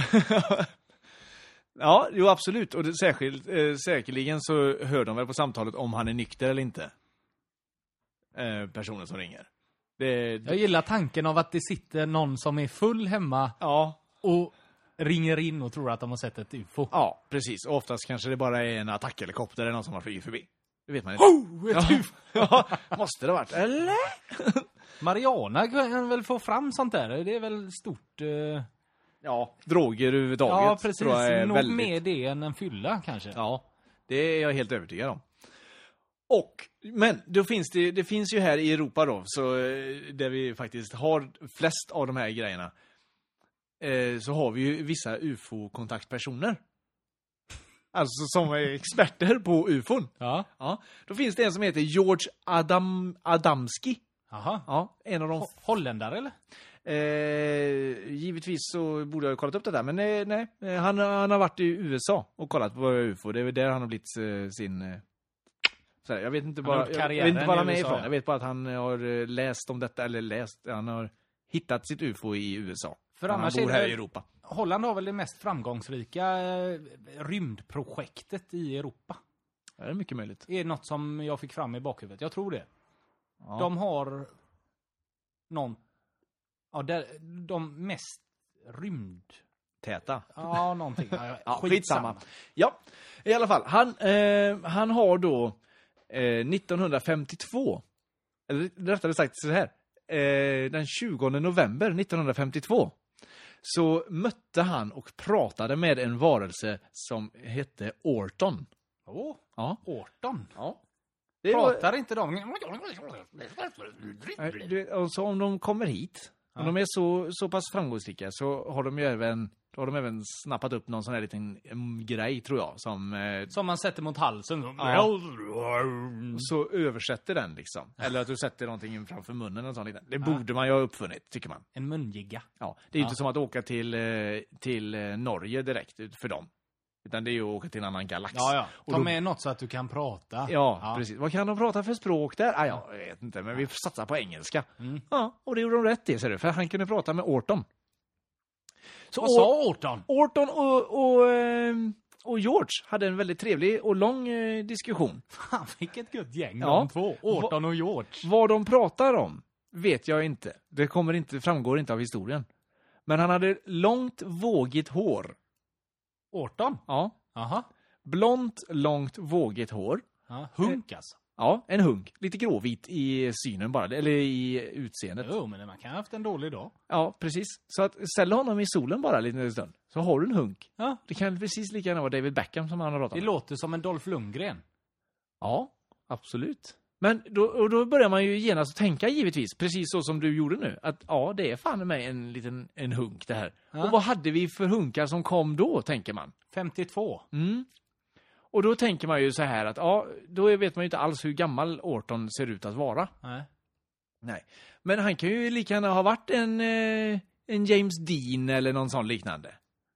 Ja, jo absolut. Och säkerligen så hör de väl på samtalet om han är nykter eller inte. Personen som ringer. Jag gillar tanken av att det sitter någon som är full hemma och ringer in och tror att de har sett ett UFO. Ja, precis. Och oftast kanske det bara är en attackhelikopter eller någon som har flugit förbi. Det vet man inte. Ett UFO! Måste det ha varit. Eller? Mariana kan väl få fram sånt där. Det är väl stort... Ja, droger överhuvudtaget. Ja, precis. Tror jag är nog väldigt... mer det än en fylla kanske. Ja, det är jag helt övertygad om. Men då det finns ju här i Europa då, så där vi faktiskt har flest av de här grejerna, så har vi ju vissa UFO-kontaktpersoner. Alltså som är experter på ufon. Ja. Ja. Då finns det en som heter George Adamski. Jaha. Ja, en av de... Holländare eller? Givetvis så borde jag ha kollat upp det där. Men nej. Han har varit i USA och kollat på UFO. Det är där han har blivit sin... Jag vet inte bara han är ifrån. Jag vet bara att han har läst om detta. Han har hittat sitt UFO i USA. För han annars bor är här det... i Europa. Holland har väl det mest framgångsrika rymdprojektet i Europa. Det är mycket möjligt. Det är något som jag fick fram i bakhuvudet. Jag tror det. Ja. De har de mest Täta. Ja, någonting. Ja, skitsamma. Ja, i alla fall. Han har då 1952, eller rättare sagt så här, den 20 november 1952 så mötte han och pratade med en varelse som hette Orton. Ja. Orton? Ja. Pratar inte de? Så om de kommer hit, om de är så pass framgångsrika, så har de ju även snappat upp någon sån här liten grej, tror jag, som man sätter mot halsen. Ja. Så översätter den liksom. Eller att du sätter någonting framför munnen och sånt. Det borde man ju ha uppfunnit, tycker man. En mungiga. Ja, det är ju inte som att åka till Norge direkt för dem. Utan det är ju att åka till en annan galax. Ja. Ta med något så att du kan prata. Ja, precis. Vad kan de prata för språk där? Jag vet inte, men vi satsar på engelska. Ja, och det gjorde de rätt i, ser du. För han kunde prata med Orton. Så vad sa Orton? Orton och George hade en väldigt trevlig och lång diskussion. Fan, vilket gött gäng de två. Orton och George. Vad de pratar om vet jag inte. Det framgår inte av historien. Men han hade långt, vågigt hår. Orton? Ja. Aha. Blont, långt, vågigt hår. Ja. Hunk alltså. Ja, en hunk. Lite gråvit i synen bara, eller i utseendet. Jo, men man kan ha haft en dålig dag. Ja, precis. Så att ställa honom i solen bara lite stund, så har du en hunk. Ja. Det kan precis lika gärna vara David Beckham som han har pratat om. Det låter som en Dolph Lundgren. Ja, absolut. Men då börjar man ju genast tänka, givetvis, precis så som du gjorde nu, att ja, det är fan med en hunk det här. Ja. Och vad hade vi för hunkar som kom då, tänker man? 52. Och då tänker man ju så här att då vet man ju inte alls hur gammal Orton ser ut att vara. Nej. Men han kan ju lika gärna ha varit en James Dean eller någon sån liknande.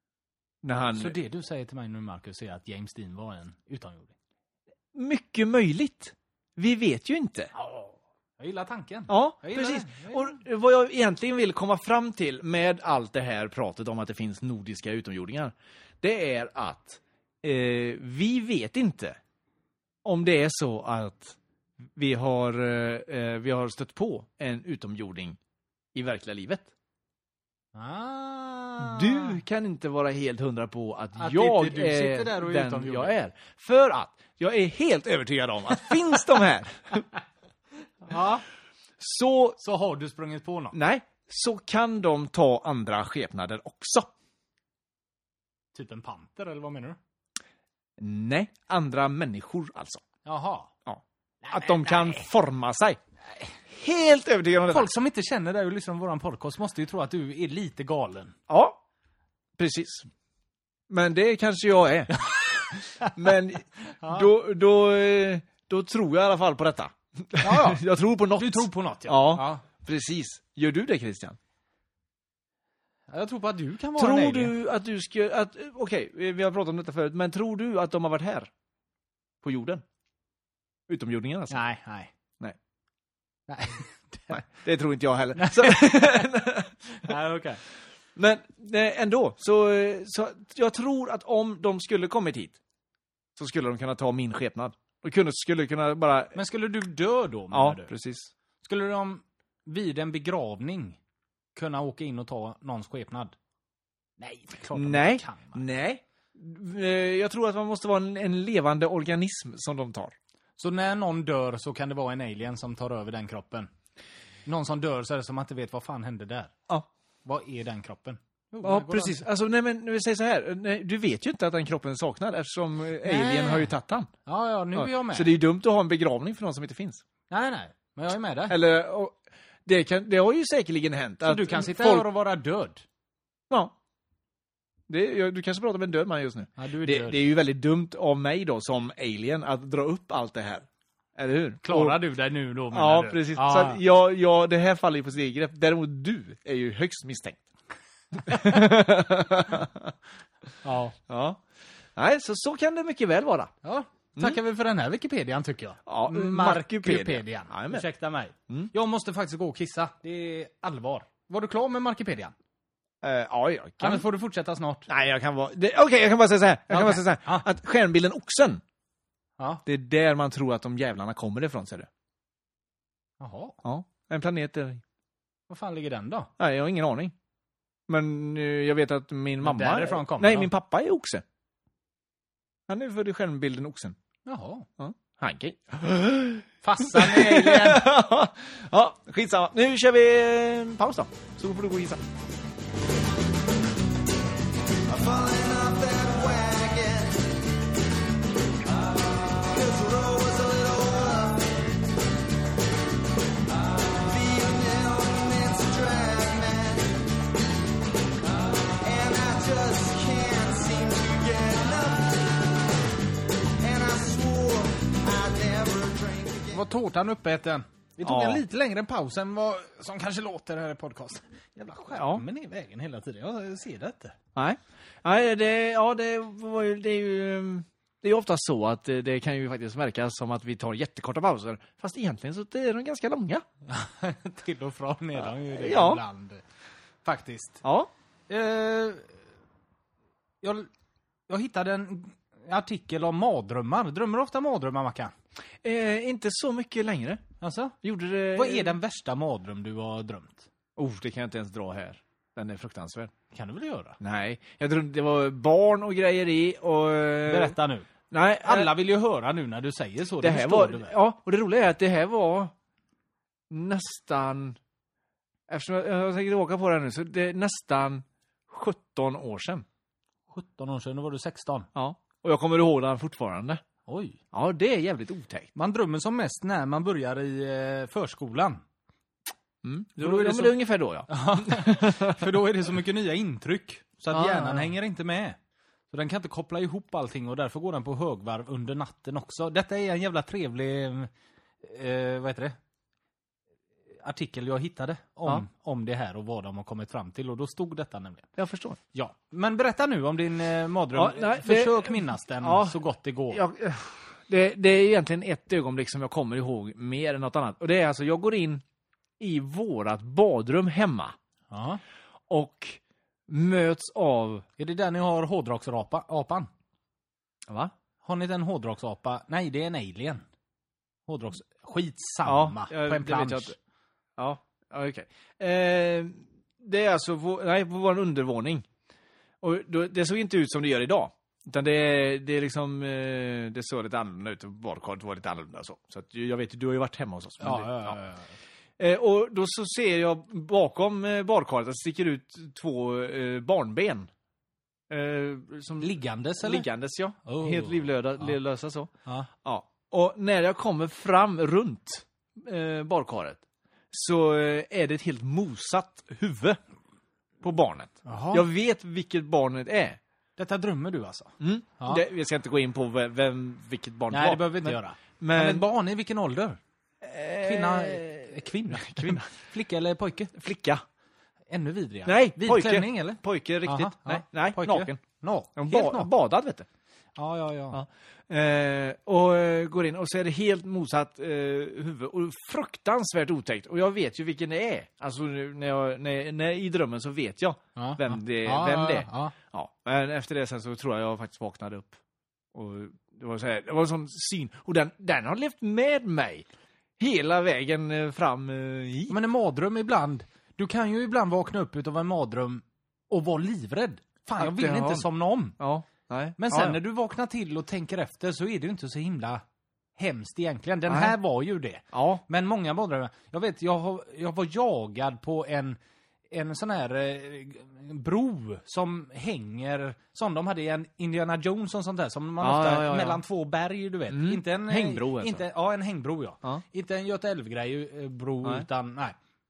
Så det du säger till mig nu, Marcus, är att James Dean var en utomjording? Mycket möjligt. Vi vet ju inte. Jag gillar tanken. Ja, precis. Och vad jag egentligen vill komma fram till med allt det här pratet om att det finns nordiska utomjordingar, det är att vi vet inte om det är så att vi har stött på en utomjording i verkliga livet. Du kan inte vara helt 100 på att jag inte du sitter där och är den jag är. För att jag är helt övertygad om att finns de här så har du sprungit på någon. Nej, så kan de ta andra skepnader också. Typ en panter, eller vad menar du? Nej, andra människor alltså. Jaha. Ja. Att de kan forma sig. Helt övertygad om det. Folk som inte känner dig och lyssnar på våran podcast måste ju tro att du är lite galen. Ja, precis. Men det kanske jag är. Men då tror jag i alla fall på detta. Ja. Jag tror på något. Du tror på något, ja. Precis. Gör du det, Christian? Jag tror på att du kan vara en alien. Tror du att du ska... Okej, vi har pratat om detta förut. Men tror du att de har varit här? På jorden? Utomjordingen alltså? Nej. Nej, det tror inte jag heller. Nej, okej. Men ändå, så jag tror att om de skulle kommit hit så skulle de kunna ta min skepnad. Och skulle kunna bara... Men skulle du dö då? Ja, du? Precis. Skulle de vid en begravning kunna åka in och ta någons skepnad? Nej, det är klart de kan. Nej. Jag tror att man måste vara en levande organism som de tar. Så när någon dör så kan det vara en alien som tar över den kroppen? Någon som dör så är det som att man inte vet vad fan hände där. Ja. Vad är den kroppen? Ja, precis. Alltså, nej, men vi säger så här. Nej, du vet ju inte att den kroppen är saknad eftersom alien har ju tagit han. Ja, nu är jag med. Så det är ju dumt att ha en begravning för någon som inte finns. Nej. Men jag är med där. Eller, det har ju säkerligen hänt. Så att du kan sitta här och vara död? Ja. Du kanske pratar med en död man just nu. Ja, du är Det död. är ju väldigt dumt av mig då som alien att dra upp allt det här. Eller hur? Klarar du dig nu då? Ja, du? precis. Ja. Så att det här faller ju på sitt eget grepp. Däremot du är ju högst misstänkt. Ja. Ja. Nej, så kan det mycket väl vara. Ja. Tackar vi för den här Wikipedian tycker jag. Ja, Markipedian. Jajamän. Ursäkta mig. Jag måste faktiskt gå och kissa. Det är allvar. Var du klar med Markipedian? Ja, jag kan... Annars får du fortsätta snart. Nej, jag kan vara... Okej, jag kan bara säga så här. Ja. Att stjärnbilden Oxen, Ja. det är där man tror att de jävlarna kommer ifrån, ser du. Jaha. Ja, en planet där. Var fan ligger den då? Nej, jag har ingen aning. Men jag vet att min mamma... därifrån kommer Nej, de. min pappa är oxe. Han är född i stjärnbilden Oxen. Jaha. Ja. Hanky. Fassan är alien. Ja, skitsamma. Nu kör vi en paus då. Så får du gå och gissa. I'm falling off that wagon. 'Cause the road was a little rough. Feeling meant to drive me. And I just can't seem to get enough. And I swore I'd never drink again. Var tårtan uppäten? Vi tog Ja. en lite längre paus än vad som kanske låter här i podcast. Jävla skärmen är i vägen hela tiden. Jag ser det inte. Nej, det är ju ofta så att det kan ju faktiskt verka som att vi tar jättekorta pauser. Fast egentligen så är de ganska långa. Till och från är de ju det Ja. ibland. Faktiskt. Ja. Jag hittade en artikel om mardrömmar. Drömmer du ofta mardrömmar, Mackan? Inte så mycket längre. Alltså? Gjorde det... Vad är den värsta mardröm du har drömt? Det kan jag inte ens dra här. Den är fruktansvärd. Kan du väl göra? Nej, jag drömde det var barn och grejer i och... Berätta nu. Nej, Alla vill ju höra nu när du säger så. det här förstår var... du väl? Ja, och det roliga är att det här var nästan... Eftersom jag tänker åka på det här nu, så det är nästan 17 år sedan. 17 år sedan, då var du 16. Ja. Och jag kommer ihåg den fortfarande. Oj. Ja, det är jävligt otäckt. Man drömmer som mest när man börjar i förskolan. Då är det, det är ungefär då, ja. För då är det så mycket nya intryck. Så att Ja, hjärnan ja. hänger inte med. Så den kan inte koppla ihop allting och därför går den på högvarv under natten också. Detta är en jävla trevlig vad heter det? Artikel jag hittade om det här och vad de har kommit fram till. Och då stod detta nämligen. Jag förstår. Ja, men berätta nu om din mardröm. Ja, nej, Försök minnas den Ja. så gott det går. Det är egentligen ett ögonblick som jag kommer ihåg mer än något annat. Och det är alltså, jag går in i vårat badrum hemma Ja. och möts av... Är det där ni har hårdrocksapan? Va? Har ni den hårdrocksapa? Nej, det är en alien. Skitsamma. På en det vet jag plansch. inte. Ja, okej. Det är alltså på vår undervåning. Och det såg inte ut som det gör idag. Utan det är liksom... det såg lite annorlunda ut. Badkaret var lite annorlunda så att jag vet, du har ju varit hemma hos oss. Men Ja. och då så ser jag bakom badkaret att det sticker ut 2 barnben. Som Liggandes eller? liggandes, ja. Oh. Helt livlösa så. Ja. Ja. Och när jag kommer fram runt badkaret så är det ett helt mosat huvud på barnet. Jaha. Jag vet vilket barnet är. Detta drömmer du alltså? Ja. Jag ska inte gå in på vilket barn Nej, det var. det behöver vi inte göra. Men Men ett barn i vilken ålder? Kvinna. Flicka eller pojke? Flicka. Ännu vidrigare. Nej, Vit pojke. klänning eller? Pojke, riktigt. Aha, ja. Nej, Pojke. naken. Helt naken. Badad, vet du. Ja. Och går in och så är det helt motsatt huvud och fruktansvärt otäckt. Och jag vet ju vilken det är. Alltså när i drömmen så vet jag vem det är. Ja. Ja, men efter det sen så tror jag faktiskt vaknade upp. Och det var så här, det var en sån syn. Och den har levt med mig hela vägen fram hit. Men en mardröm ibland. Du kan ju ibland vakna upp utav en mardröm och vara livrädd. Fan, jag Att vill det inte har- somna om. Ja, nej. Men sen ja. när du vaknar till och tänker efter så är det ju inte så himla hemskt egentligen. Den Nej. här var ju det. Ja, Men många mardrömmar. Jag vet, jag var jagad på en sån här bro som hänger, som de hade i en Indiana Jones och sånt där, som man ofta mellan 2 berg, du vet. Mm. Inte en Hängbro alltså. inte, ja, en hängbro, ja. Ja. Inte en Göta älv-grej bro, Nej. utan nej.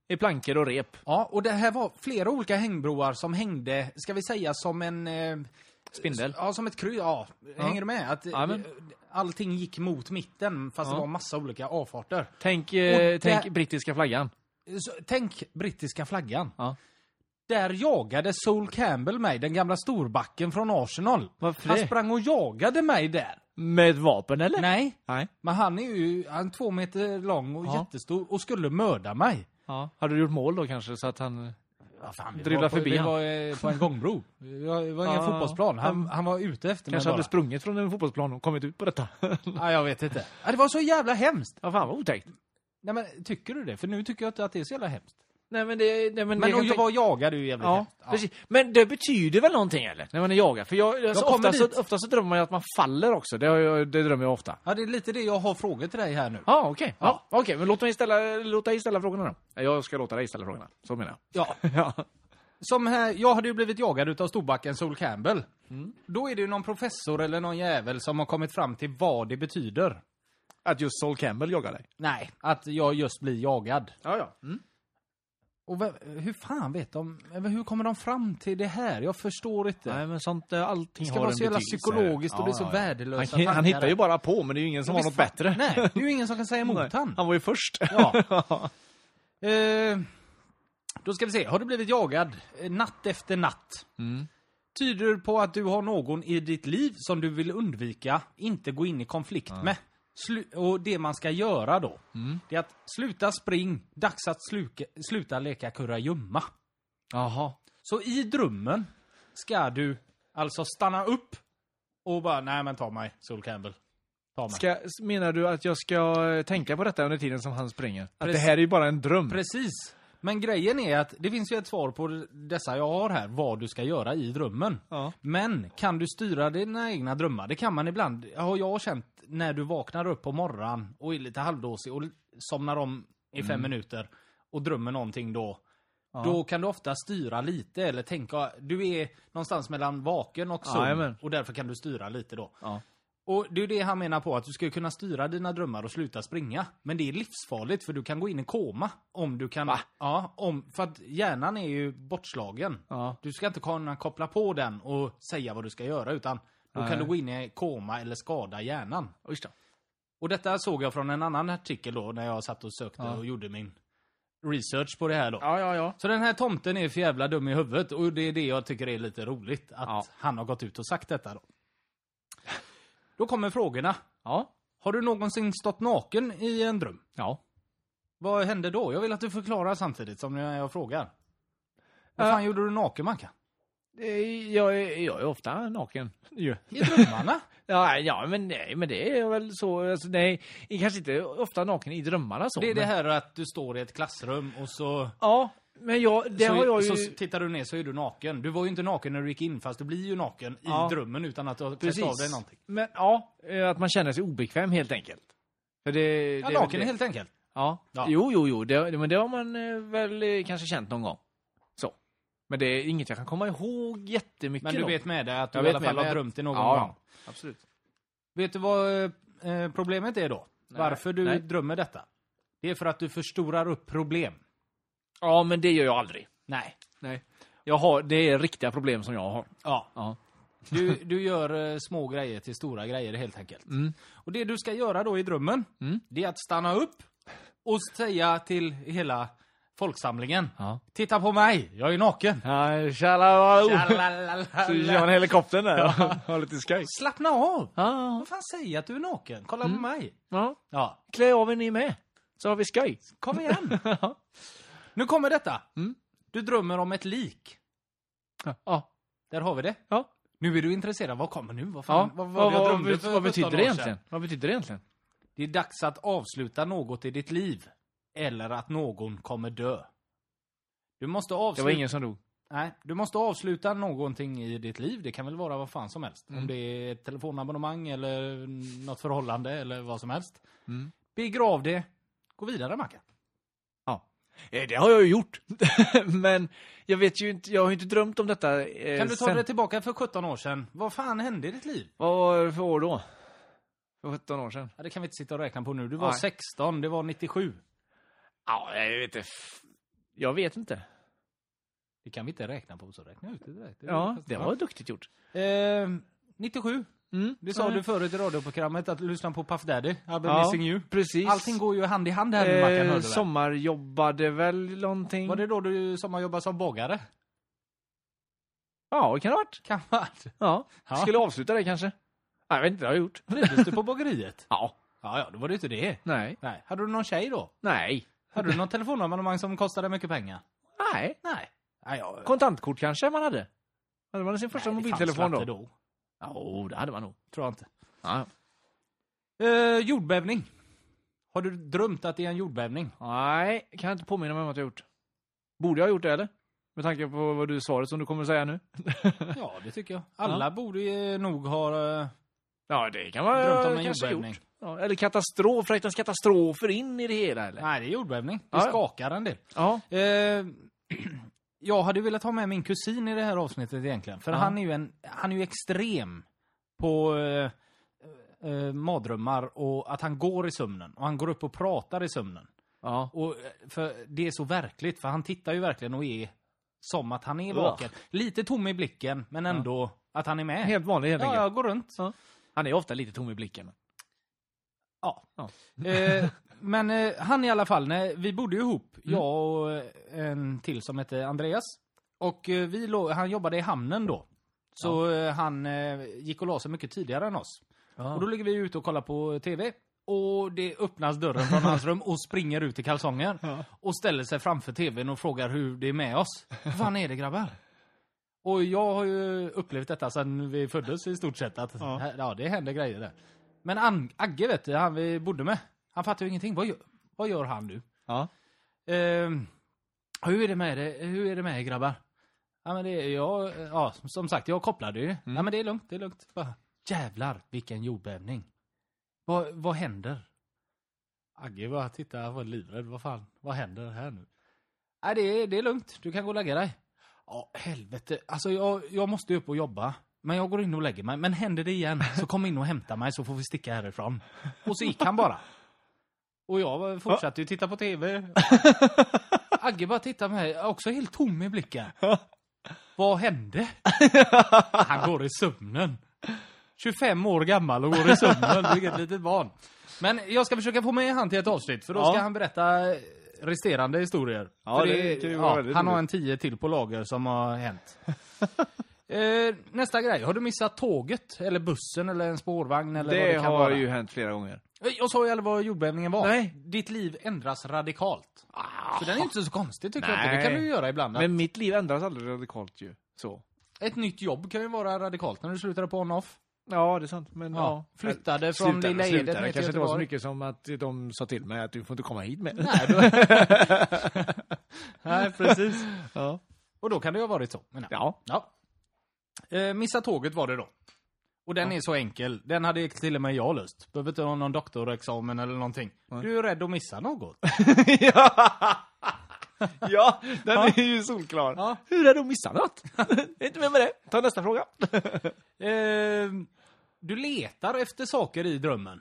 I plankor och rep. Ja, och det här var flera olika hängbroar som hängde, ska vi säga, som en... Spindel. Ja, som ett kryss. Ja, hänger du med? Att Amen. allting gick mot mitten, fast det var massa olika avfarter. Tänk där- brittiska flaggan. Tänk brittiska flaggan. Ja. Där jagade Sol Campbell mig, den gamla storbacken från Arsenal. Varför Han det? sprang och jagade mig där. Med ett vapen eller? Nej, Nej. men han är 2 meter lång och jättestor och skulle mörda mig. Ja. Hade du gjort mål då kanske så att han... Fan, Drillar förbi vi han. var på en gångbro. Det var ingen fotbollsplan. Han var ute efter Kanske mig hade bara. sprungit från en fotbollsplan och kommit ut på detta. Ja, jag vet inte. Ja, det var så jävla hemskt. Ja, fan vad otäckt. Nej, men tycker du det? För nu tycker jag inte att det är så jävla hemskt. Nej men det... Nej, Men det att vara jagad är ju jävligt Ja, hemskt. Ja. precis. Men det betyder väl någonting eller? När man är jagad? För ofta så drömmer man ju att man faller också. Det drömmer jag ofta. Ja, det är lite det jag har frågor till dig här nu. Ja, okej. Ja. Ja, okej, men låt dig ställa frågorna då. Nej, jag ska låta dig ställa frågorna. Så menar jag. Ja. Ja. Som här, jag hade ju blivit jagad utav storbacken Sol Campbell. Då är det ju någon professor eller någon jävel som har kommit fram till vad det betyder. Att just Sol Campbell jagar dig. Nej, att jag just blir jagad. Ja, ja. Mm. Och hur fan vet de? Hur kommer de fram till det här? Jag förstår inte. Nej, men sånt, allting Det har ska vara en så jävla betydelse. psykologiskt och det är så värdelösa Han tankar hittar ju här. bara på, men det är ju ingen som har något bättre. Nej, det är ju ingen som kan säga emot Nej, han. han var ju först. Ja. Då ska vi se. Har du blivit jagad natt efter natt? Tyder på att du har någon i ditt liv som du vill undvika, inte gå in i konflikt med. Och det man ska göra då, det är att sluta spring, dags att sluta leka kurragömma. Jaha. Så i drömmen ska du alltså stanna upp och bara, nej men ta mig, Sol Campbell. Ta mig. Menar du att jag ska tänka på detta under tiden som han springer? Att Precis. det här är ju bara en dröm. Precis. Men grejen är att det finns ju ett svar på dessa jag har här, vad du ska göra i drömmen. Ja. Men kan du styra dina egna drömmar? Det kan man ibland. Har jag känt när du vaknar upp på morgonen och är lite halvdåsig och somnar om i 5 minuter och drömmer någonting då. Ja. Då kan du ofta styra lite eller tänka, du är någonstans mellan vaken och sömn. Jajamän. Och därför kan du styra lite då. Ja. Och det är det han menar på, att du ska kunna styra dina drömmar och sluta springa. Men det är livsfarligt för du kan gå in i koma om du kan... Va? Ja, för att hjärnan är ju bortslagen. Ja. Du ska inte kunna koppla på den och säga vad du ska göra, utan då Nej. kan du gå in i koma eller skada hjärnan. Just det. Och detta såg jag från en annan artikel då, när jag satt och sökte och gjorde min research på det här då. Ja. Så den här tomten är för jävla dum i huvudet, och det är det jag tycker är lite roligt, att han har gått ut och sagt detta då. Då kommer frågorna. Ja. Har du någonsin stått naken i en dröm? Ja. Vad hände då? Jag vill att du förklarar samtidigt som jag frågar. Vad fan gjorde du naken, Macka? Jag är ofta naken. Ja. I drömmarna? Ja, men nej, men det är väl så. Alltså, nej, kanske inte ofta naken i drömmarna så. Det är det men... här att du står i ett klassrum och så... Ja, men så tittar du ner så är du naken. Du var ju inte naken när du gick in, fast du blir ju naken i drömmen utan att du har klätt av dig någonting. Men att man känner sig obekväm helt enkelt. För det, Ja, det naken det. helt enkelt. Ja. Ja. Jo. Men det har man väl kanske känt någon gång. Så. Men det är inget jag kan komma ihåg jättemycket. Men du då. vet med det att du Jag i vet alla fall med har det. drömt det någon Ja, gång. absolut. Vet du vad problemet är då? Varför du Nej. drömmer detta? Det är för att du förstorar upp problem. Ja, men det gör jag aldrig. Nej. Det är riktiga problem som jag har. Ja. Ja. Du gör små grejer till stora grejer helt enkelt. Mm. Och det du ska göra då i drömmen, det är att stanna upp och säga till hela folksamlingen. Ja. Titta på mig, jag är naken. Ja, tjalala. Tjalalala. Så gör han helikoptern där. Ja. Har lite skoj. Slappna av. Ja. Vad fan säger att du är naken? Kolla på mig. Ja. Ja, Klä av er ni med. Så har vi skoj. kom igen. Nu kommer detta. Mm. Du drömmer om ett lik. Ja. Där har vi det. Ja. Nu är du intresserad. Vad kommer nu? Vad Ja. fan? Vad betyder det egentligen? Vad betyder det egentligen? Det är dags att avsluta något i ditt liv. Eller att någon kommer dö. Du måste Det var avsluta... ingen som dog. Nej, du måste avsluta någonting i ditt liv. Det kan väl vara vad fan som helst. Om det är ett telefonabonnemang eller något förhållande eller vad som helst. Begrav det. Gå vidare, Macka. Ja. Det har jag ju gjort. Men jag vet ju inte, jag har ju inte drömt om detta. Kan du ta det tillbaka för 17 år sedan? Vad fan hände i ditt liv? Vad var det för år då? För 17 år sedan? Ja, det kan vi inte sitta och räkna på nu. Du var Nej. 16, det var 97. Ja, jag vet inte. Jag vet inte. Det kan vi inte räkna på, så räkna ut det direkt. Ja, det var duktigt gjort. 97. Det sa Ja. du förut i radioprogrammet att du lyssnar på Puff Daddy. I've been Ja, missing you. precis. Allting går ju hand i hand här nu, Mackan, hörde väl? Sommarjobbade väl någonting? Var det då du sommarjobbade som bagare? Ja, det kan det ha varit. Kan man? Ja. Ja. Skulle avsluta det kanske? Nej, jag vet inte, det har jag gjort. Trivdes du på bageriet? Ja. Ja, då var det inte det. Nej. Nej. Hade du någon tjej då? Nej. Hade du någon telefonabonnemang som kostade mycket pengar? Nej. Nej. Nej, ja. Kontantkort kanske man hade. Hade man sin första Nej, det mobiltelefon fanns då? inte då? Ja, det hade man nog. Tror jag inte. Ja. Jordbävning. Har du drömt att det är en jordbävning? Nej, kan jag inte påminna mig om att jag gjort. Borde jag ha gjort det eller? Med tanke på vad du svaret som du kommer säga nu. Ja, det tycker jag. Alla borde ju nog ha Ja, det kan man drömt om en kanske jordbävning. gjort. Ja, eller katastrof, räknas katastrofer in i det hela eller? Nej, det är jordbävning. Det Ja. skakar en del. Ja. Jag hade velat ha med min kusin i det här avsnittet egentligen. För Ja. han är ju extrem på mardrömmar och att han går i sömnen. Och han går upp och pratar i sömnen. Ja. Och för det är så verkligt, för han tittar ju verkligen och är som att han är vaken. Lite tom i blicken, men ändå att han är med. Helt vanlig helt Ja, enkelt. jag går runt. Ja. Han är ofta lite tom i blicken. Ja. Ja. Men han i alla fall, vi bodde ju ihop, jag och en till som hette Andreas. Och han jobbade i hamnen då. Så han gick och la sig mycket tidigare än oss. Ja. Och då ligger vi ute och kollar på tv. Och det öppnas dörren från hans rum och springer ut i kalsonger. Och ställer sig framför tvn och frågar hur det är med oss. Vad fan är det, grabbar? Och jag har ju upplevt detta sedan vi föddes i stort sett. Att det händer grejer där. Men Agge, vet du, han vi bodde med. Han fattar ju ingenting. Vad gör han nu? Ja. Hur är det med det? Hur är det med er, grabbar? Ja, men det är jag, som sagt, jag kopplade ju. Ja, men det är lugnt. Bara, jävlar, vilken jordbävning. Vad händer? Agge bara tittar på livrädd. Vad händer här nu? Nej, det är lugnt. Du kan gå och lägga dig. Ja, helvete. Alltså, jag måste upp och jobba. Men jag går in och lägger mig. Men händer det igen så kom in och hämta mig så får vi sticka härifrån. Och så gick han bara. Och jag fortsatte ju titta på tv. Agge bara tittar på mig. Också helt tom i blicken. Vad hände? Han går i sömnen. 25 år gammal och går i sömnen. Vilket litet barn. Men jag ska försöka få med han till ett avsnitt. För då ska han berätta resterande historier. Ja, För det kan ju vara väldigt han har roligt. en 10 till på lager som har hänt. Nästa grej. Har du missat tåget? Eller bussen? Eller en spårvagn? Eller vad Det det kan har vara? ju hänt flera gånger. Jag sa ju aldrig vad jordbävningen var. Nej. Ditt liv ändras radikalt. Så den är inte så konstig tycker jag Nej. inte. Det kan du ju göra ibland. Men mitt liv ändras aldrig radikalt ju. Så. Ett nytt jobb kan ju vara radikalt när du slutar på on-off. Ja, det är sant. Men Ja. Flyttade från Lilla Edet ner till kanske inte var så Göteborg. mycket som att de sa till mig att du får inte komma hit med. Nej, Nej, precis. Ja. Och då kan det ju ha varit så. Men Ja. Missa tåget var det då. Och den är så enkel. Den hade till och med jag löst. Behöver inte ha någon doktorexamen eller någonting. Du är ju rädd att missa något. Ja, den är ju solklar. Ja. Hur är det att missa något? Inte med det. Ta nästa fråga. Du letar efter saker i drömmen.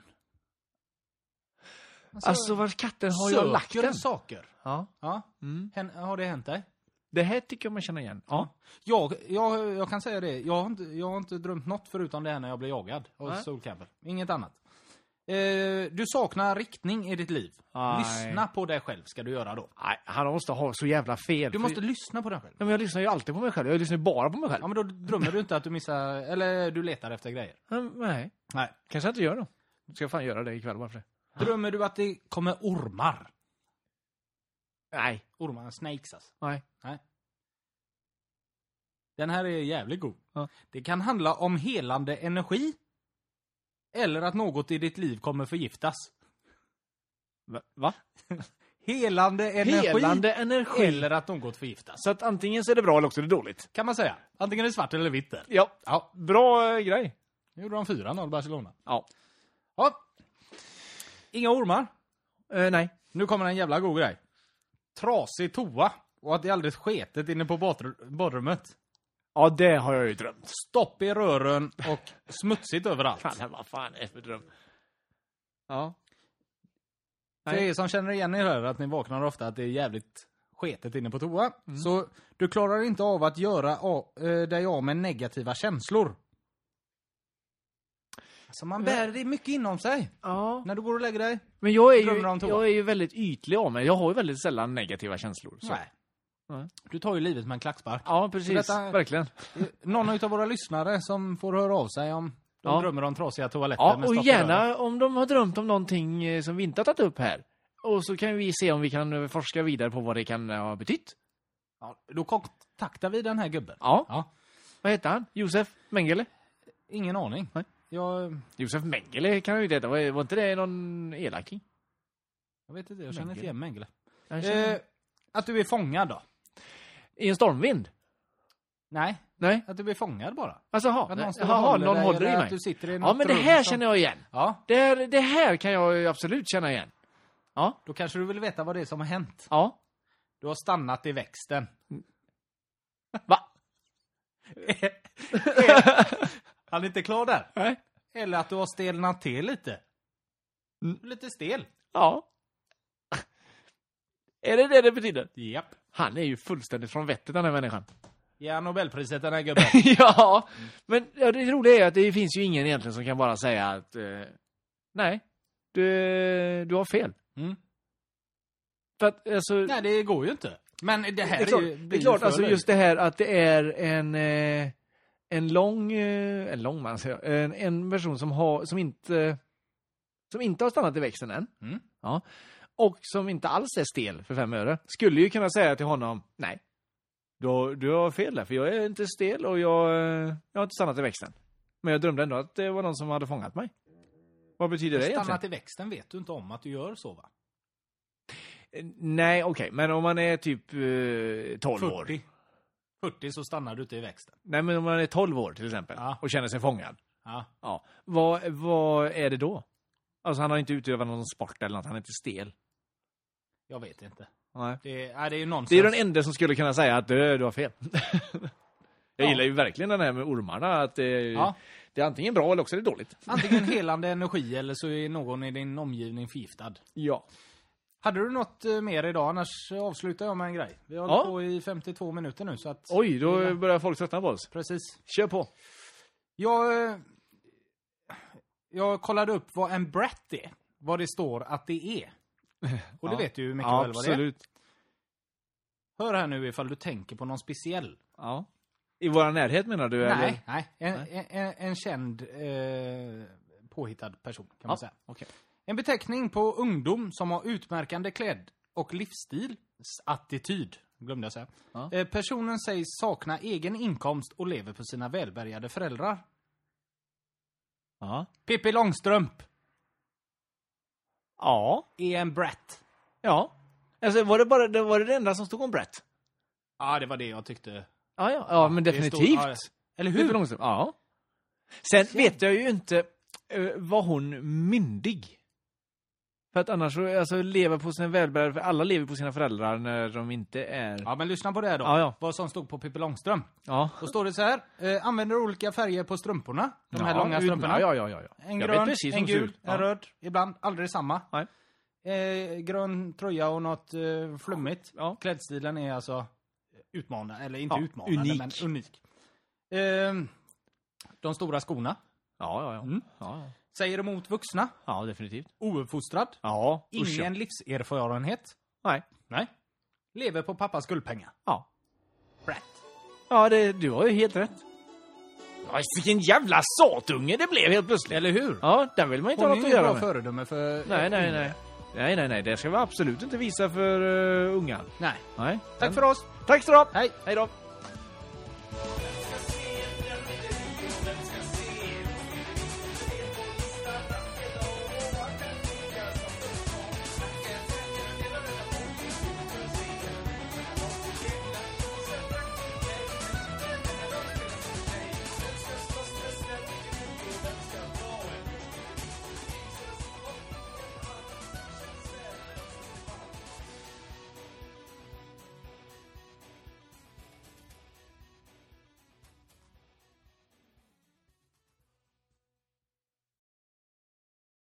Alltså, var katten har jag lagt söker den? saker. Ja. Ja. Har det hänt dig? Det här tycker jag man känner igen. Ja. Jag kan säga det. Jag har inte drömt något förutom det här när jag blev jagad av solkamper. Inget annat. Du saknar riktning i ditt liv. Nej. Lyssna på dig själv ska du göra då. Nej, han måste ha så jävla fel. Du måste lyssna på dig själv. Ja, men jag lyssnar ju alltid på mig själv. Jag lyssnar ju bara på mig själv. Ja, men då drömmer du inte att du missar, eller du letar efter grejer. Nej, Nej. kanske jag inte gör då. Ska jag fan göra det ikväll bara för det. Drömmer du att det kommer ormar? Nej. Ormar, snakes alltså. Nej. Den här är jävligt god. Ja. Det kan handla om helande energi. Eller att något i ditt liv kommer förgiftas. Va? Helande energi. Helande energi. Eller att något förgiftas. Så att antingen så är det bra eller också är det dåligt. Kan man säga. Antingen är det svart eller vitt där. Ja. Ja. Bra grej. Nu gjorde de 4-0 Barcelona. Ja. Ja. Inga ormar. Nej. Nu kommer en jävla god grej. Trasig toa. Och att det är alldeles sketet inne på badrummet. Ja, det har jag ju drömt. Stopp i rören och smutsigt överallt. Fan, vad fan är det för dröm? Ja. För er som känner igen er här att ni vaknar ofta att det är jävligt sketet inne på toa. Så du klarar inte av att göra dig av med negativa känslor. Alltså man bär det mycket inom sig. Ja. När du går och lägger dig. Men jag är ju väldigt ytlig av mig. Jag har ju väldigt sällan negativa känslor. Så. Nej. Nej. Du tar ju livet med en klackspark. Ja, precis. Verkligen. Någon av våra lyssnare som får höra av sig om de drömmer om trasiga toaletter. Ja, med och stopp i gärna rören. om de har drömt om någonting som vi inte har tagit upp här. Och så kan vi se om vi kan forska vidare på vad det kan ha betytt. Ja, då kontaktar vi den här gubben. Ja. Ja. Vad heter han? Josef Mengele? Ingen aning. Nej. Jag Josef Mengele kan ju det. Var inte det någon elaking? vet inte, jag känner inte igen Mengele. Känner... Att du är fångad då? I en stormvind? Nej, Nej. att du blir fångad bara. Alltså, Att någon står och någon dig, håller i eller mig. att du sitter i Ja, något men det rum här som- känner jag igen. Ja, Det här kan jag ju absolut känna igen. Ja, då kanske du vill veta vad det är som har hänt. ja. Du har stannat i växten. Va? Han är inte klar där. Nej. Eller att du har stelnat till lite. Mm. Lite stel. Ja. Är det det betyder? Japp. Han är ju fullständigt från vettet, den här människan. Ja, Nobelpriset den här gubben. Ja, men ja, det roliga är att det finns ju ingen egentligen som kan bara säga att nej, du har fel. Mm. För att, alltså, Nej, det går ju inte. Men det här det är klart, ju... det är klart alltså just det här att det är en lång man säger, en person som inte har stannat i växeln än. Mm. Ja. Och som inte alls är stel för 5 öre. Skulle ju kunna säga till honom, nej, du har fel där, för jag är inte stel och jag har inte stannat i växeln. Men jag drömde ändå att det var någon som hade fångat mig. Vad betyder det egentligen? Stannat i växten vet du inte om att du gör så, va? Nej, okej. Men om man är typ 12 år. 40 så stannar du inte i växten. Nej, men om man är 12 år till exempel. Ja. Och känner sig fångad. Ja. Ja. Vad är det då? Alltså han har inte utövat någon sport eller något. Han är inte stel. Jag vet inte. Nej. Det är ju nonsens. Det är den enda som skulle kunna säga att du har fel. Jag gillar ju verkligen den här med ormarna. Att det är antingen bra eller också är det dåligt. Antingen helande energi eller så är någon i din omgivning förgiftad. Ja. Hade du något mer idag? Annars avslutar jag med en grej. Vi har hållit på i 52 minuter nu. Så att... Oj, då börjar folk tröttna på oss. Precis. Kör på. Jag kollade upp vad en brat är. Vad det står att det är. Och det vet du ju mycket väl vad det är. Absolut. Hör här nu ifall du tänker på någon speciell. Ja. I våra närhet menar du? Nej, eller? nej. En känd påhittad person kan man säga. Okay. En beteckning på ungdom som har utmärkande klädd och livsstilsattityd. Glömde jag säga. Ja. Personen sägs sakna egen inkomst och lever på sina välbärgade föräldrar. Ja. Pippi Långstrump Ja. är en brat. Ja. Alltså var det enda som stod om Brett? Ja, det var det jag tyckte. Ja, men det definitivt. stod- ja, eller Pippi hur? Långstrump. Ja. Sen vet jag ju inte, var hon myndig? För att annars så, alltså leva på sina välbärgade, för alla lever på sina föräldrar när de inte är... Ja, men lyssna på det här då. Ja. Vad som stod på Pippi Långstrump. Ja. Då står det så här. Använder olika färger på strumporna. De här långa strumporna. Ja. En Jag grön, vet precis en hur de ser gul, ut. en röd. Ibland aldrig samma. Nej. Grön tröja och något flummigt. Ja. Klädstilen är alltså utmanande. Eller inte Ja, utmanande, unik. men unik. De stora skorna. Ja. Mm. Ja, Säger emot vuxna. ja, definitivt. Ouppfostrad. Ja, usch, Ingen livserfarenhet. Nej. Nej. Lever på pappas guldpengar. Ja. Brat. Ja, du har ju helt rätt. Ja, vilken jävla satunge det blev helt plötsligt. Eller hur? Ja, den vill man inte Hon ha är något ju att bra göra med. föredöme för... Nej. Det ska vi absolut inte visa för unga. Nej. Nej. Tack för oss. Tack så du ha. Hej. Hej då.